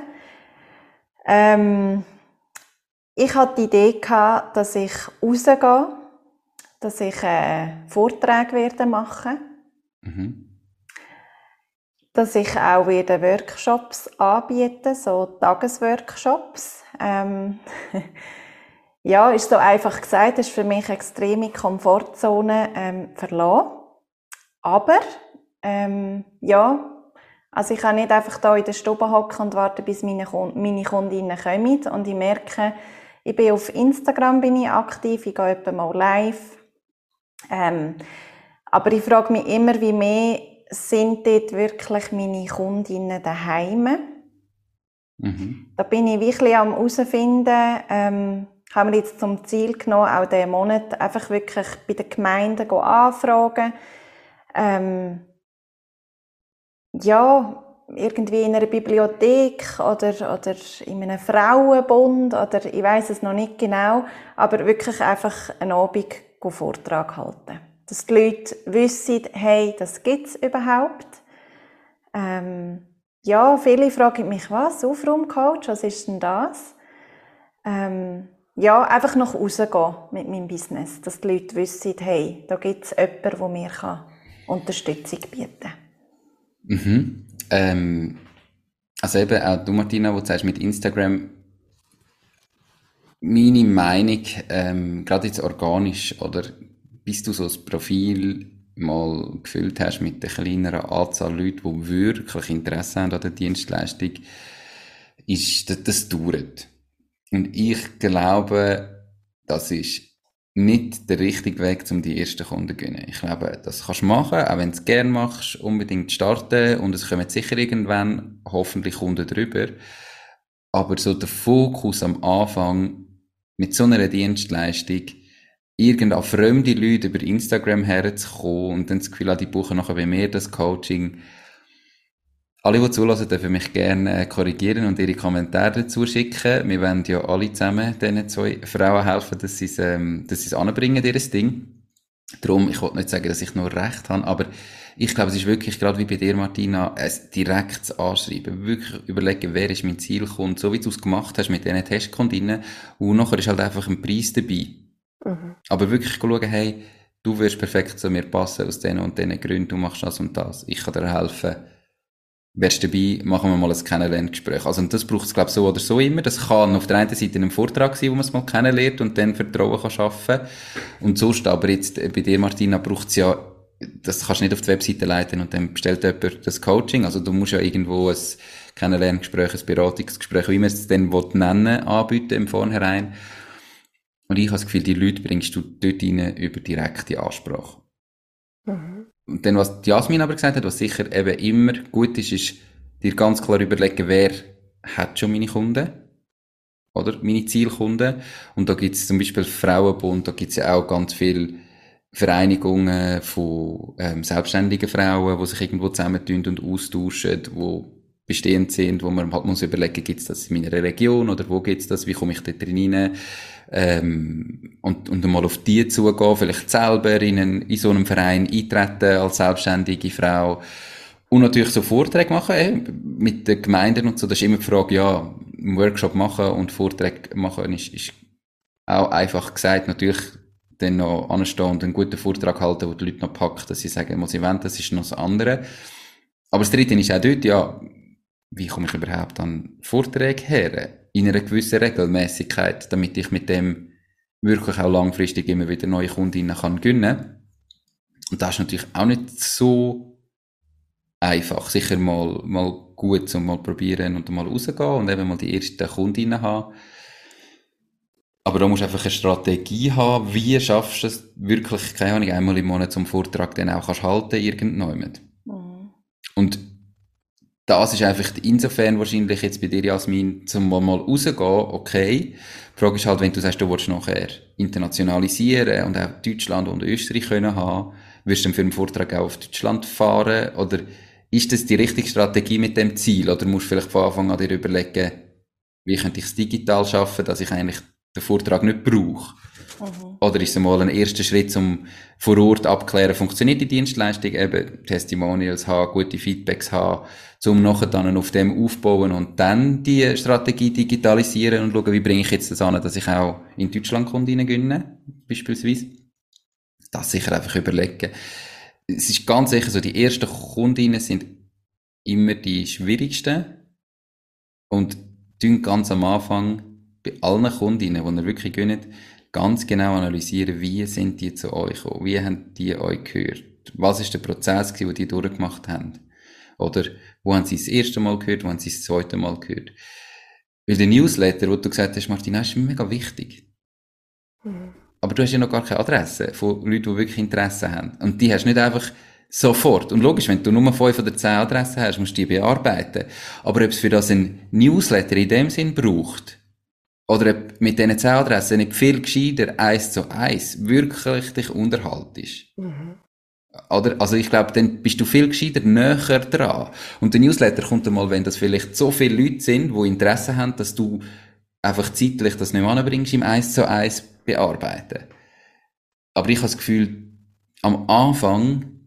Ich hatte die Idee, dass ich rausgehe, dass ich Vorträge machen werde. Dass ich auch wieder Workshops anbiete, so Tagesworkshops. Ja, ist so einfach gesagt, das ist für mich eine extreme Komfortzone verlassen. Aber, ja, also ich kann nicht einfach da in der Stube hocken und warten, bis meine Kundinnen kommen. Und ich merke, ich bin auf Instagram aktiv, ich gehe etwa mal live. Aber ich frage mich immer, wie mehr sind dort wirklich meine Kundinnen daheim? Da bin ich wirklich am herausfinden, haben wir jetzt zum Ziel genommen, auch diesen Monat einfach wirklich bei den Gemeinden anfragen. Ja, irgendwie in einer Bibliothek oder in einem Frauenbund oder ich weiss es noch nicht genau, aber wirklich einfach einen Abend Vortrag halten. Dass die Leute wissen, hey, das gibt's überhaupt. Ja, viele fragen mich, was? Aufraumcoach, was ist denn das? Ja, einfach nach rausgehen mit meinem Business, dass die Leute wissen, hey, da gibt es jemanden, der mir Unterstützung bieten kann. Mhm. Also eben auch du, Martina, wo du sagst, mit Instagram, meine Meinung, gerade jetzt organisch, oder bis du so das Profil mal gefüllt hast mit der kleineren Anzahl Leute, die wirklich Interesse haben an der Dienstleistung, das dauert. Und ich glaube, das ist nicht der richtige Weg, um die ersten Kunden zu gewinnen. Ich glaube, das kannst du machen, auch wenn du es gerne machst, unbedingt starten, und es kommen sicher irgendwann hoffentlich Kunden drüber. Aber so der Fokus am Anfang mit so einer Dienstleistung, irgendeine fremde Leute über Instagram herzukommen und dann das Gefühl haben, die buchen nachher bei mir das Coaching. Alle, die zulassen, dürfen mich gerne korrigieren und ihre Kommentare dazu schicken. Wir wollen ja alle zusammen diesen 2 Frauen helfen, dass sie es anbringen, ihr Ding. Darum, ich wollte nicht sagen, dass ich nur recht habe, aber ich glaube, es ist wirklich, gerade wie bei dir, Martina, es direkt zu anschreiben. Wirklich überlegen, wer ist mein Zielkunde, so wie du es gemacht hast mit diesen Testkundinnen. Und nachher ist halt einfach ein Preis dabei. Mhm. Aber wirklich schauen, hey, du wirst perfekt zu mir passen, aus diesen und diesen Gründen, du machst das und das. Ich kann dir helfen. Wärst du dabei, machen wir mal ein Kennenlerngespräch. Also, und das braucht es, glaube ich, so oder so immer. Das kann auf der einen Seite in einem Vortrag sein, wo man es mal kennenlernt und dann Vertrauen kann schaffen. Und sonst, aber jetzt bei dir, Martina, braucht es ja, das kannst du nicht auf die Webseite leiten und dann bestellt jemand das Coaching. Also, du musst ja irgendwo ein Kennenlerngespräch, ein Beratungsgespräch, wie man es dann nennen will, anbieten im Vornherein. Und ich habe das Gefühl, die Leute bringst du dort rein über direkte Ansprache. Mhm. Und dann, was Jasmin aber gesagt hat, was sicher eben immer gut ist, ist, dir ganz klar überlegen, wer hat schon meine Kunden, oder? Meine Zielkunden. Und da gibt's zum Beispiel Frauenbund, da gibt's ja auch ganz viele Vereinigungen von selbstständigen Frauen, die sich irgendwo zusammentun und austauschen, die bestehend sind, wo man halt muss überlegen, gibt's das in meiner Region oder wo gibt's das, wie komme ich dort rein? Und mal auf die zugehen, vielleicht selber in so einem Verein eintreten als selbstständige Frau und natürlich so Vorträge machen, mit den Gemeinden und so. Das ist immer die Frage, ja, einen Workshop machen und Vorträge machen ist auch einfach gesagt, natürlich dann noch anstehen und einen guten Vortrag halten, wo die Leute noch packen, dass sie sagen, was sie wollen, das ist noch das andere. Aber das Dritte ist auch dort, ja, wie komme ich überhaupt an Vorträge her? In einer gewissen Regelmäßigkeit, damit ich mit dem wirklich auch langfristig immer wieder neue Kundinnen kann gewinnen. Und das ist natürlich auch nicht so einfach. Sicher mal gut, um mal probieren und mal rausgehen und eben mal die ersten Kundinnen haben. Aber da musst du einfach eine Strategie haben, wie schaffst du es wirklich, keine Ahnung, einmal im Monat zum Vortrag dann auch kannst halten, irgendjemand. Mhm. Und das ist einfach insofern wahrscheinlich jetzt bei dir, Jasmin, zum mal rausgehen, okay. Die Frage ist halt, wenn du sagst, du willst nachher internationalisieren und auch Deutschland und Österreich können haben, wirst du dann für einen Vortrag auch auf Deutschland fahren? Oder ist das die richtige Strategie mit dem Ziel? Oder musst du vielleicht von Anfang an dir überlegen, wie könnte ich es digital schaffen, dass ich eigentlich den Vortrag nicht brauche? Mhm. Oder ist es mal ein erster Schritt, um vor Ort abklären, funktioniert die Dienstleistung, eben Testimonials haben, gute Feedbacks haben, um nachher dann auf dem aufbauen und dann die Strategie digitalisieren und schauen, wie bringe ich jetzt das an, dass ich auch in Deutschland Kundinnen gewinne, beispielsweise. Das sicher einfach überlegen. Es ist ganz sicher so, die ersten Kundinnen sind immer die schwierigsten und ganz am Anfang bei allen Kundinnen, die ihr wirklich gewinnt, ganz genau analysieren, wie sind die zu euch gekommen, wie haben die euch gehört, was ist der Prozess gewesen, den die durchgemacht haben, oder wo haben sie das erste Mal gehört, wo haben sie das zweite Mal gehört. Weil der Newsletter, wo du gesagt hast, Martina, ist mega wichtig. Mhm. Aber du hast ja noch gar keine Adresse von Leuten, die wirklich Interesse haben. Und die hast du nicht einfach sofort. Und logisch, wenn du nur 5 oder 10 Adressen hast, musst du die bearbeiten. Aber ob es für das ein Newsletter in dem Sinn braucht, oder ob mit diesen 10 Adressen nicht viel gescheiter 1:1 wirklich dich unterhaltest. Mhm. Oder? Also ich glaube, dann bist du viel gescheiter näher dran. Und der Newsletter kommt einmal, wenn das vielleicht so viele Leute sind, die Interesse haben, dass du einfach zeitlich das nicht mehr anbringst, im 1:1 bearbeiten. Aber ich habe das Gefühl, am Anfang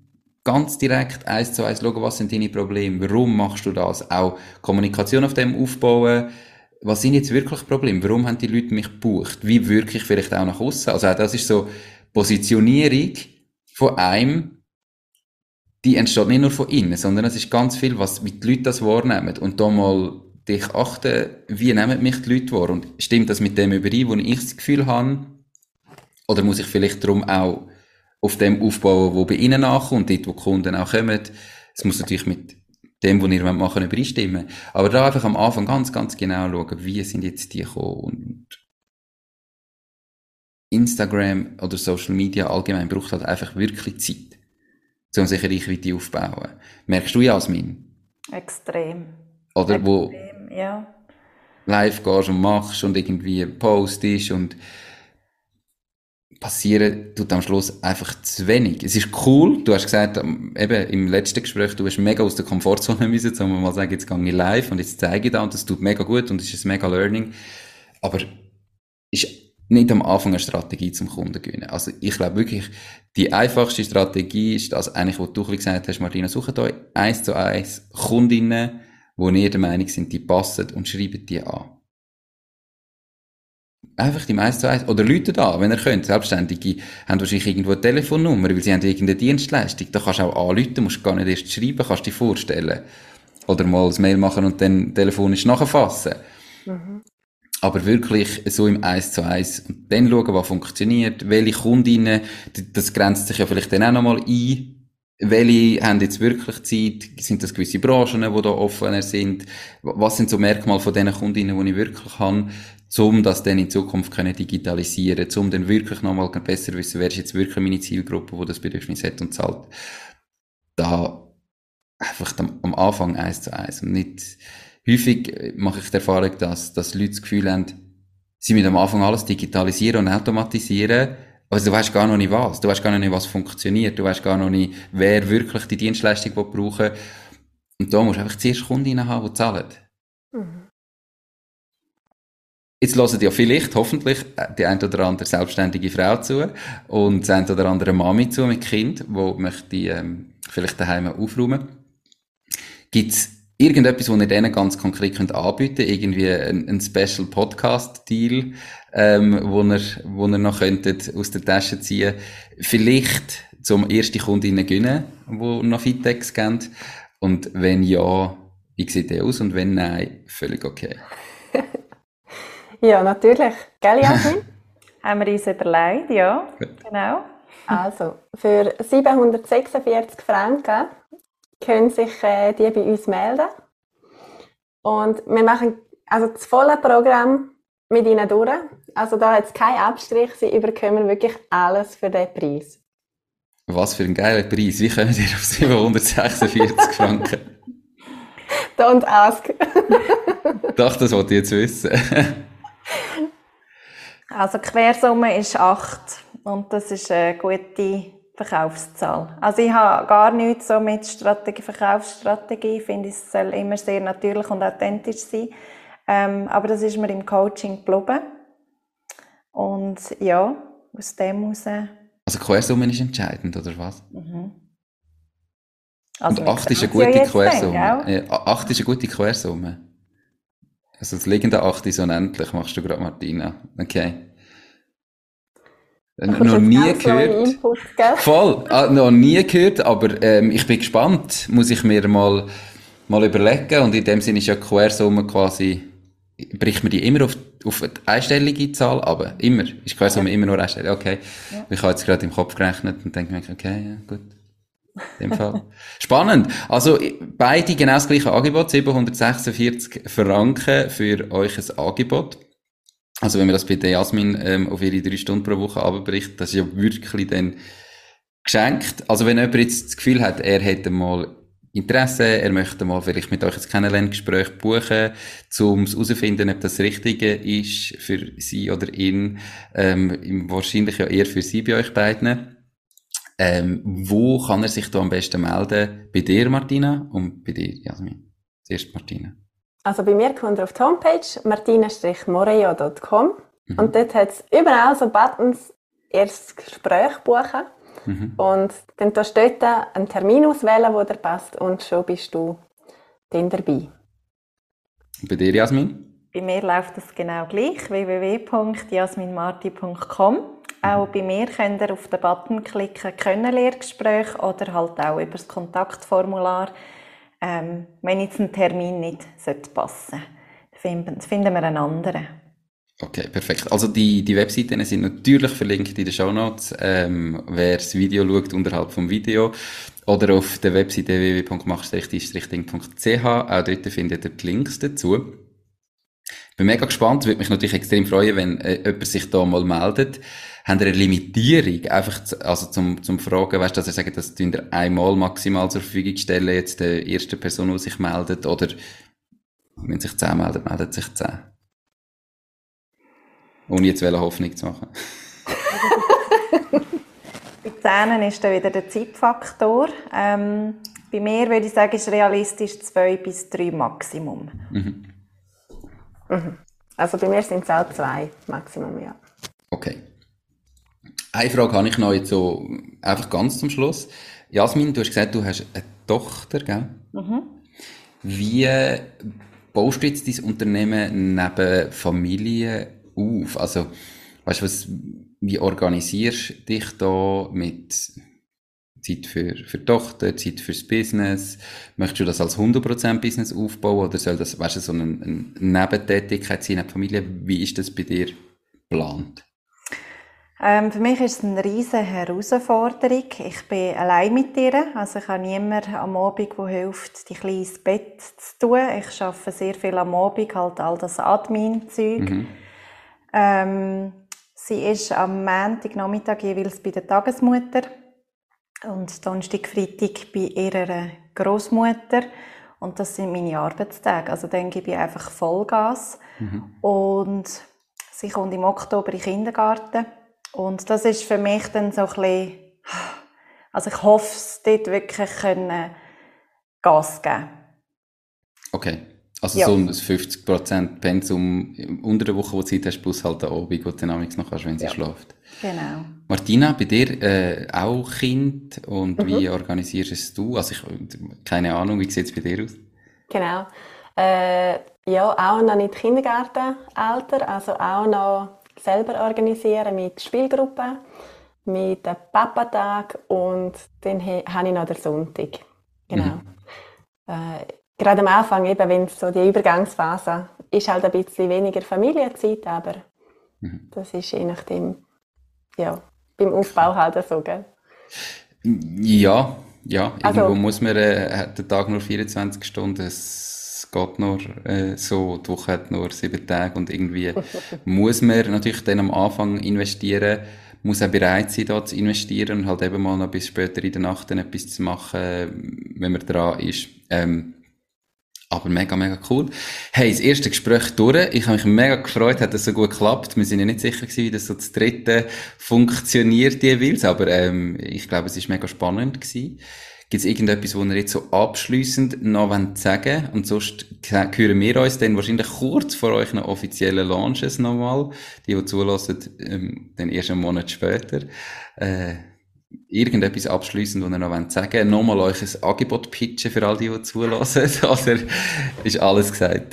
ganz direkt 1:1 schauen, was sind deine Probleme, warum machst du das, auch Kommunikation auf dem aufbauen, was sind jetzt wirklich Probleme, warum haben die Leute mich gebucht, wie wirke ich vielleicht auch nach außen, also auch das ist so Positionierung von einem, die entsteht nicht nur von innen, sondern es ist ganz viel, wie die Leute das wahrnehmen und da mal dich achten, wie nehmen mich die Leute wahr und stimmt das mit dem überein, wo ich das Gefühl habe, oder muss ich vielleicht darum auch auf dem aufbauen, wo bei ihnen ankommt, dort, wo die Kunden auch kommen. Es muss natürlich mit dem, was ihr machen wollt, übereinstimmen. Aber da einfach am Anfang ganz, ganz genau schauen, wie sind jetzt die gekommen. Und Instagram oder Social Media allgemein braucht halt einfach wirklich Zeit, um sich eine Reichweite aufzubauen. Merkst du, Jasmin? Extrem. Oder Extrem, wo ja. live gehst und machst und irgendwie postest und passieren tut am Schluss einfach zu wenig. Es ist cool, du hast gesagt, eben im letzten Gespräch, du hast mega aus der Komfortzone müssen, sagen wir mal sagen, jetzt gehe ich live und jetzt zeige ich da und das tut mega gut und es ist ein mega Learning. Aber ist nicht am Anfang eine Strategie zum Kunden gewinnen. Also ich glaube wirklich, die einfachste Strategie ist das eigentlich, was du gesagt hast, Martina, sucht euch 1:1 Kundinnen, wo ihr der Meinung sind, die passen und schreibt die an. Einfach die 1:1. Oder Leute da, wenn ihr könnt. Selbstständige haben wahrscheinlich irgendwo eine Telefonnummer, weil sie haben irgendeine Dienstleistung. Da kannst du auch anrufen, musst gar nicht erst schreiben, kannst dich vorstellen. Oder mal ein Mail machen und dann telefonisch nachfassen. Mhm. Aber wirklich so im 1:1. Und dann schauen, was funktioniert, welche Kundinnen, das grenzt sich ja vielleicht dann auch nochmal ein. Welche haben jetzt wirklich Zeit? Sind das gewisse Branchen, die da offener sind? Was sind so Merkmale von diesen Kundinnen, die ich wirklich habe, um das dann in Zukunft können digitalisieren, um dann wirklich nochmal besser wissen, wer ist jetzt wirklich meine Zielgruppe, die das Bedürfnis hat und zahlt. Da einfach am Anfang 1:1. Und nicht, häufig mache ich die Erfahrung, dass Leute das Gefühl haben, sie müssen am Anfang alles digitalisieren und automatisieren. Also du weißt gar noch nicht was. Du weißt gar noch nicht, was funktioniert. Du weißt gar noch nicht, wer wirklich die Dienstleistung brauchen. Und da musst du einfach zuerst Kundinnen haben, die zahlen. Mhm. Jetzt hören ja vielleicht, hoffentlich, die ein oder andere selbstständige Frau zu und die ein oder andere Mami zu mit Kind, wo möchte vielleicht daheim aufräumen. Gibt's irgendetwas, was ihr denen ganz konkret könnt anbieten, irgendwie ein Special Podcast-Deal, wo ihr noch könntet aus der Tasche ziehen, vielleicht zum ersten Kundinnen gewinnen, wo noch Feedbacks geben, und wenn ja, wie sieht der aus, und wenn nein, völlig okay. Ja, natürlich. Gell, Jasmin? Haben wir uns überlegt, ja. Gut. Genau. Also, für 746 Franken können sich die bei uns melden. Und wir machen also das volle Programm mit ihnen durch. Also da hat es keinen Abstrich, sie überkommen wirklich alles für den Preis. Was für ein geiler Preis. Wie kommen Sie auf 746 Franken? Don't ask. Doch, das wollte ich jetzt wissen. Also die Quersumme ist 8 und das ist eine gute Verkaufszahl. Also ich habe gar nichts so mit Verkaufsstrategie. Ich finde, es soll immer sehr natürlich und authentisch sein. Aber das ist mir im Coaching geblieben. Und ja, aus dem heraus... Also Quersumme ist entscheidend, oder was? Mhm. Also und 8 ist eine gute Quersumme. 8 ist eine gute Quersumme. Also das liegende 8 ist unendlich, machst du gerade, Martina. Okay. Noch nie gehört. Input, voll, noch nie gehört, aber ich bin gespannt. Muss ich mir mal überlegen. Und in dem Sinne ist ja Quersumme quasi, bricht man die immer auf eine einstellige Zahl, aber immer. Ist Quersumme immer nur einstellig. Okay. Ja. Ich habe jetzt gerade im Kopf gerechnet und denke mir, okay, ja, gut. In dem Fall. Spannend. Also, beide genau das gleiche Angebot. 746 Franken für euch ein Angebot. Also, wenn man das bei der Jasmin auf ihre 3 Stunden pro Woche abbricht, das ist ja wirklich dann geschenkt. Also, wenn jemand jetzt das Gefühl hat, er hätte mal Interesse, er möchte mal vielleicht mit euch ein Kennenlerngespräch buchen, um herauszufinden, ob das Richtige ist für sie oder ihn, wahrscheinlich ja eher für sie bei euch beiden. Wo kann er sich da am besten melden? Bei dir, Martina, und bei dir, Jasmin? Zuerst Martina. Also bei mir kommt ihr auf die Homepage martina-morejo.com und dort hat es überall so Buttons, erstes Gespräch buchen. Und dann tust du dort einen Termin auswählen, der dir passt und schon bist du dann dabei. Und bei dir, Jasmin? Bei mir läuft das genau gleich, www.jasminmarti.com. Auch bei mir könnt ihr auf den Button klicken, Können-Lehrgespräch oder halt auch über das Kontaktformular. Wenn jetzt ein Termin nicht passen sollte, finden wir einen anderen. Okay, perfekt. Also die Webseiten sind natürlich verlinkt in den Shownotes. Wer das Video schaut, unterhalb vom Video. Oder auf der Webseite www.mach-ding.ch. Auch dort findet ihr die Links dazu. Bin mega gespannt. Würde mich natürlich extrem freuen, wenn jemand sich da mal meldet. Habt ihr eine Limitierung? Einfach, also zum Fragen, weißt du, dass ihr sagt, das tun ihr einmal maximal zur Verfügung stellen, jetzt der erste Person, die sich meldet, oder wenn sich 10 meldet, meldet sich 10. Ohne jetzt Hoffnung zu machen. Bei 10 ist dann wieder der Zeitfaktor. Bei mir würde ich sagen, ist realistisch 2 bis 3 Maximum. Also bei mir sind es auch 2 Maximum, ja. Okay. Eine Frage habe ich noch jetzt so, einfach ganz zum Schluss. Jasmin, du hast gesagt, du hast eine Tochter, gell? Wie baust du jetzt dein Unternehmen neben Familie auf? Also, weißt du, wie organisierst du dich da mit Zeit für die Tochter, Zeit fürs Business? Möchtest du das als 100% Business aufbauen oder soll das, weißt du, so eine Nebentätigkeit sein in der Familie? Wie ist das bei dir geplant? Für mich ist es eine riesige Herausforderung. Ich bin allein mit ihr. Also ich habe niemanden am Abend, der hilft, die Kleine ins Bett zu tun. Ich arbeite sehr viel am Abend, halt all das Admin-Zeug. Sie ist am Montagnachmittag jeweils bei der Tagesmutter und Donnerstag, Freitag bei ihrer Großmutter. Und das sind meine Arbeitstage. Also dann gebe ich einfach Vollgas. Und sie kommt im Oktober in den Kindergarten. Und das ist für mich dann so ein bisschen, also ich hoffe, es dort wirklich Gas geben. Okay. Also ja. So ein 50% Pensum unter der Woche, wo du Zeit hast, plus halt der Abend, wo du dann noch kannst, wenn sie schläft. Genau. Martina, bei dir auch Kind und wie organisierst es du? Also keine Ahnung, wie sieht es bei dir aus? Genau. Ja, auch noch nicht Kindergartenalter, also auch noch selber organisieren mit Spielgruppen, mit dem Papatag und dann habe ich noch den Sonntag. Genau. Gerade am Anfang, eben, wenn es so die Übergangsphase ist, halt ein bisschen weniger Familienzeit, aber das ist je nachdem, ja, beim Aufbau halt so, gell? Ja, Also, irgendwo muss man, hat der Tag nur 24 Stunden, es geht nur so, die Woche hat nur 7 Tage und irgendwie muss man natürlich dann am Anfang investieren, muss auch bereit sein, da zu investieren und halt eben mal noch bis später in der Nacht dann etwas zu machen, wenn man dran ist. Aber mega, mega cool. Hey, das erste Gespräch durch. Ich habe mich mega gefreut, hat das so gut geklappt. Wir sind ja nicht sicher gewesen, wie das so das dritte funktioniert jeweils, aber ich glaube, es ist mega spannend gewesen. Gibt es irgendetwas, was ihr jetzt so abschliessend noch sagen wollt? Und sonst hören wir uns dann wahrscheinlich kurz vor euch noch offiziellen Launches nochmal. Die zulassen, dann erst einen Monat später. Irgendetwas abschliessend, was ihr noch sagen wollt? Nochmal euch ein Angebot pitchen für all die zulassen? Oder ist alles gesagt?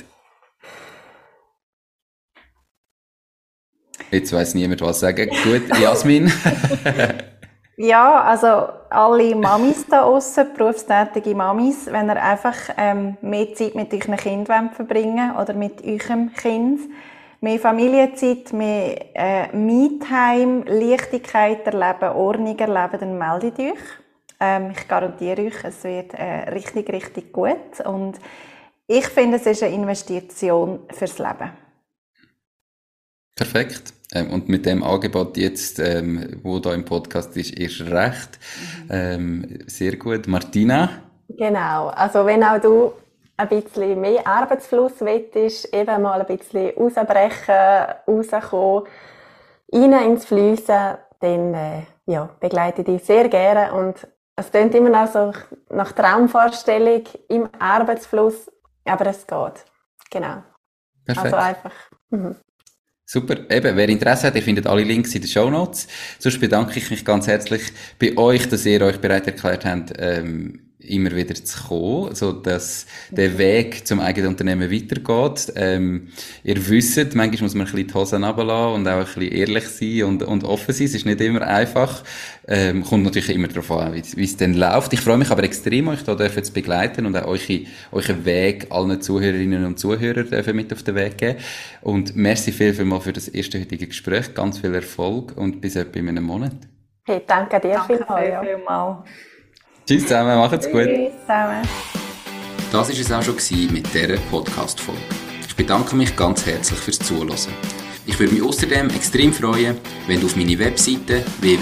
Jetzt weiss niemand, was sagen. Gut, Jasmin? Ja, also alle Mamis da aussen, berufstätige Mamis, wenn ihr einfach mehr Zeit mit euren Kindern verbringen wollt oder mit eurem Kind, mehr Familienzeit, mehr Me-Time, Leichtigkeit erleben, Ordnung erleben, dann meldet euch. Ich garantiere euch, es wird richtig, richtig gut. Und ich finde, es ist eine Investition fürs Leben. Perfekt. Und mit dem Angebot jetzt, wo da im Podcast ist, erst recht. Sehr gut. Martina? Genau. Also wenn auch du ein bisschen mehr Arbeitsfluss willst, eben mal ein bisschen rausbrechen, rauskommen, rein ins Fliessen, dann begleite dich sehr gerne. Und es klingt immer noch so nach Traumvorstellung im Arbeitsfluss, aber es geht. Genau. Perfekt. Also einfach. Super. Eben, wer Interesse hat, ihr findet alle Links in den Shownotes. Sonst bedanke ich mich ganz herzlich bei euch, dass ihr euch bereit erklärt habt, immer wieder zu kommen, so dass der Weg zum eigenen Unternehmen weitergeht. Ihr wisst, manchmal muss man ein bisschen die Hosen runterlassen und auch ein bisschen ehrlich sein und offen sein. Es ist nicht immer einfach. Kommt natürlich immer darauf an, wie es dann läuft. Ich freue mich aber extrem, euch da zu begleiten und auch euren Weg allen Zuhörerinnen und Zuhörern mit auf den Weg geben. Und merci vielmals für das erste heutige Gespräch. Ganz viel Erfolg und bis etwa in einem Monat. Hey, danke dir vielmals. Tschüss zusammen, macht's gut. Tschüss zusammen. Das war es auch schon mit dieser Podcast-Folge. Ich bedanke mich ganz herzlich fürs Zuhören. Ich würde mich außerdem extrem freuen, wenn du auf meine Webseite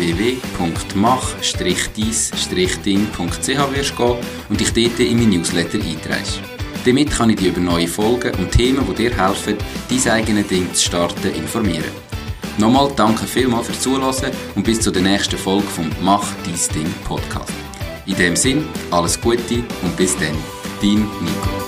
www.mach-deis-ding.ch wirst gehen und dich dort in mein Newsletter einträgst. Damit kann ich dich über neue Folgen und Themen, die dir helfen, dein eigenes Ding zu starten, informieren. Nochmal danke vielmals fürs Zuhören und bis zur nächsten Folge vom Mach deis Ding Podcast. In dem Sinn, alles Gute und bis dann, dein Nico.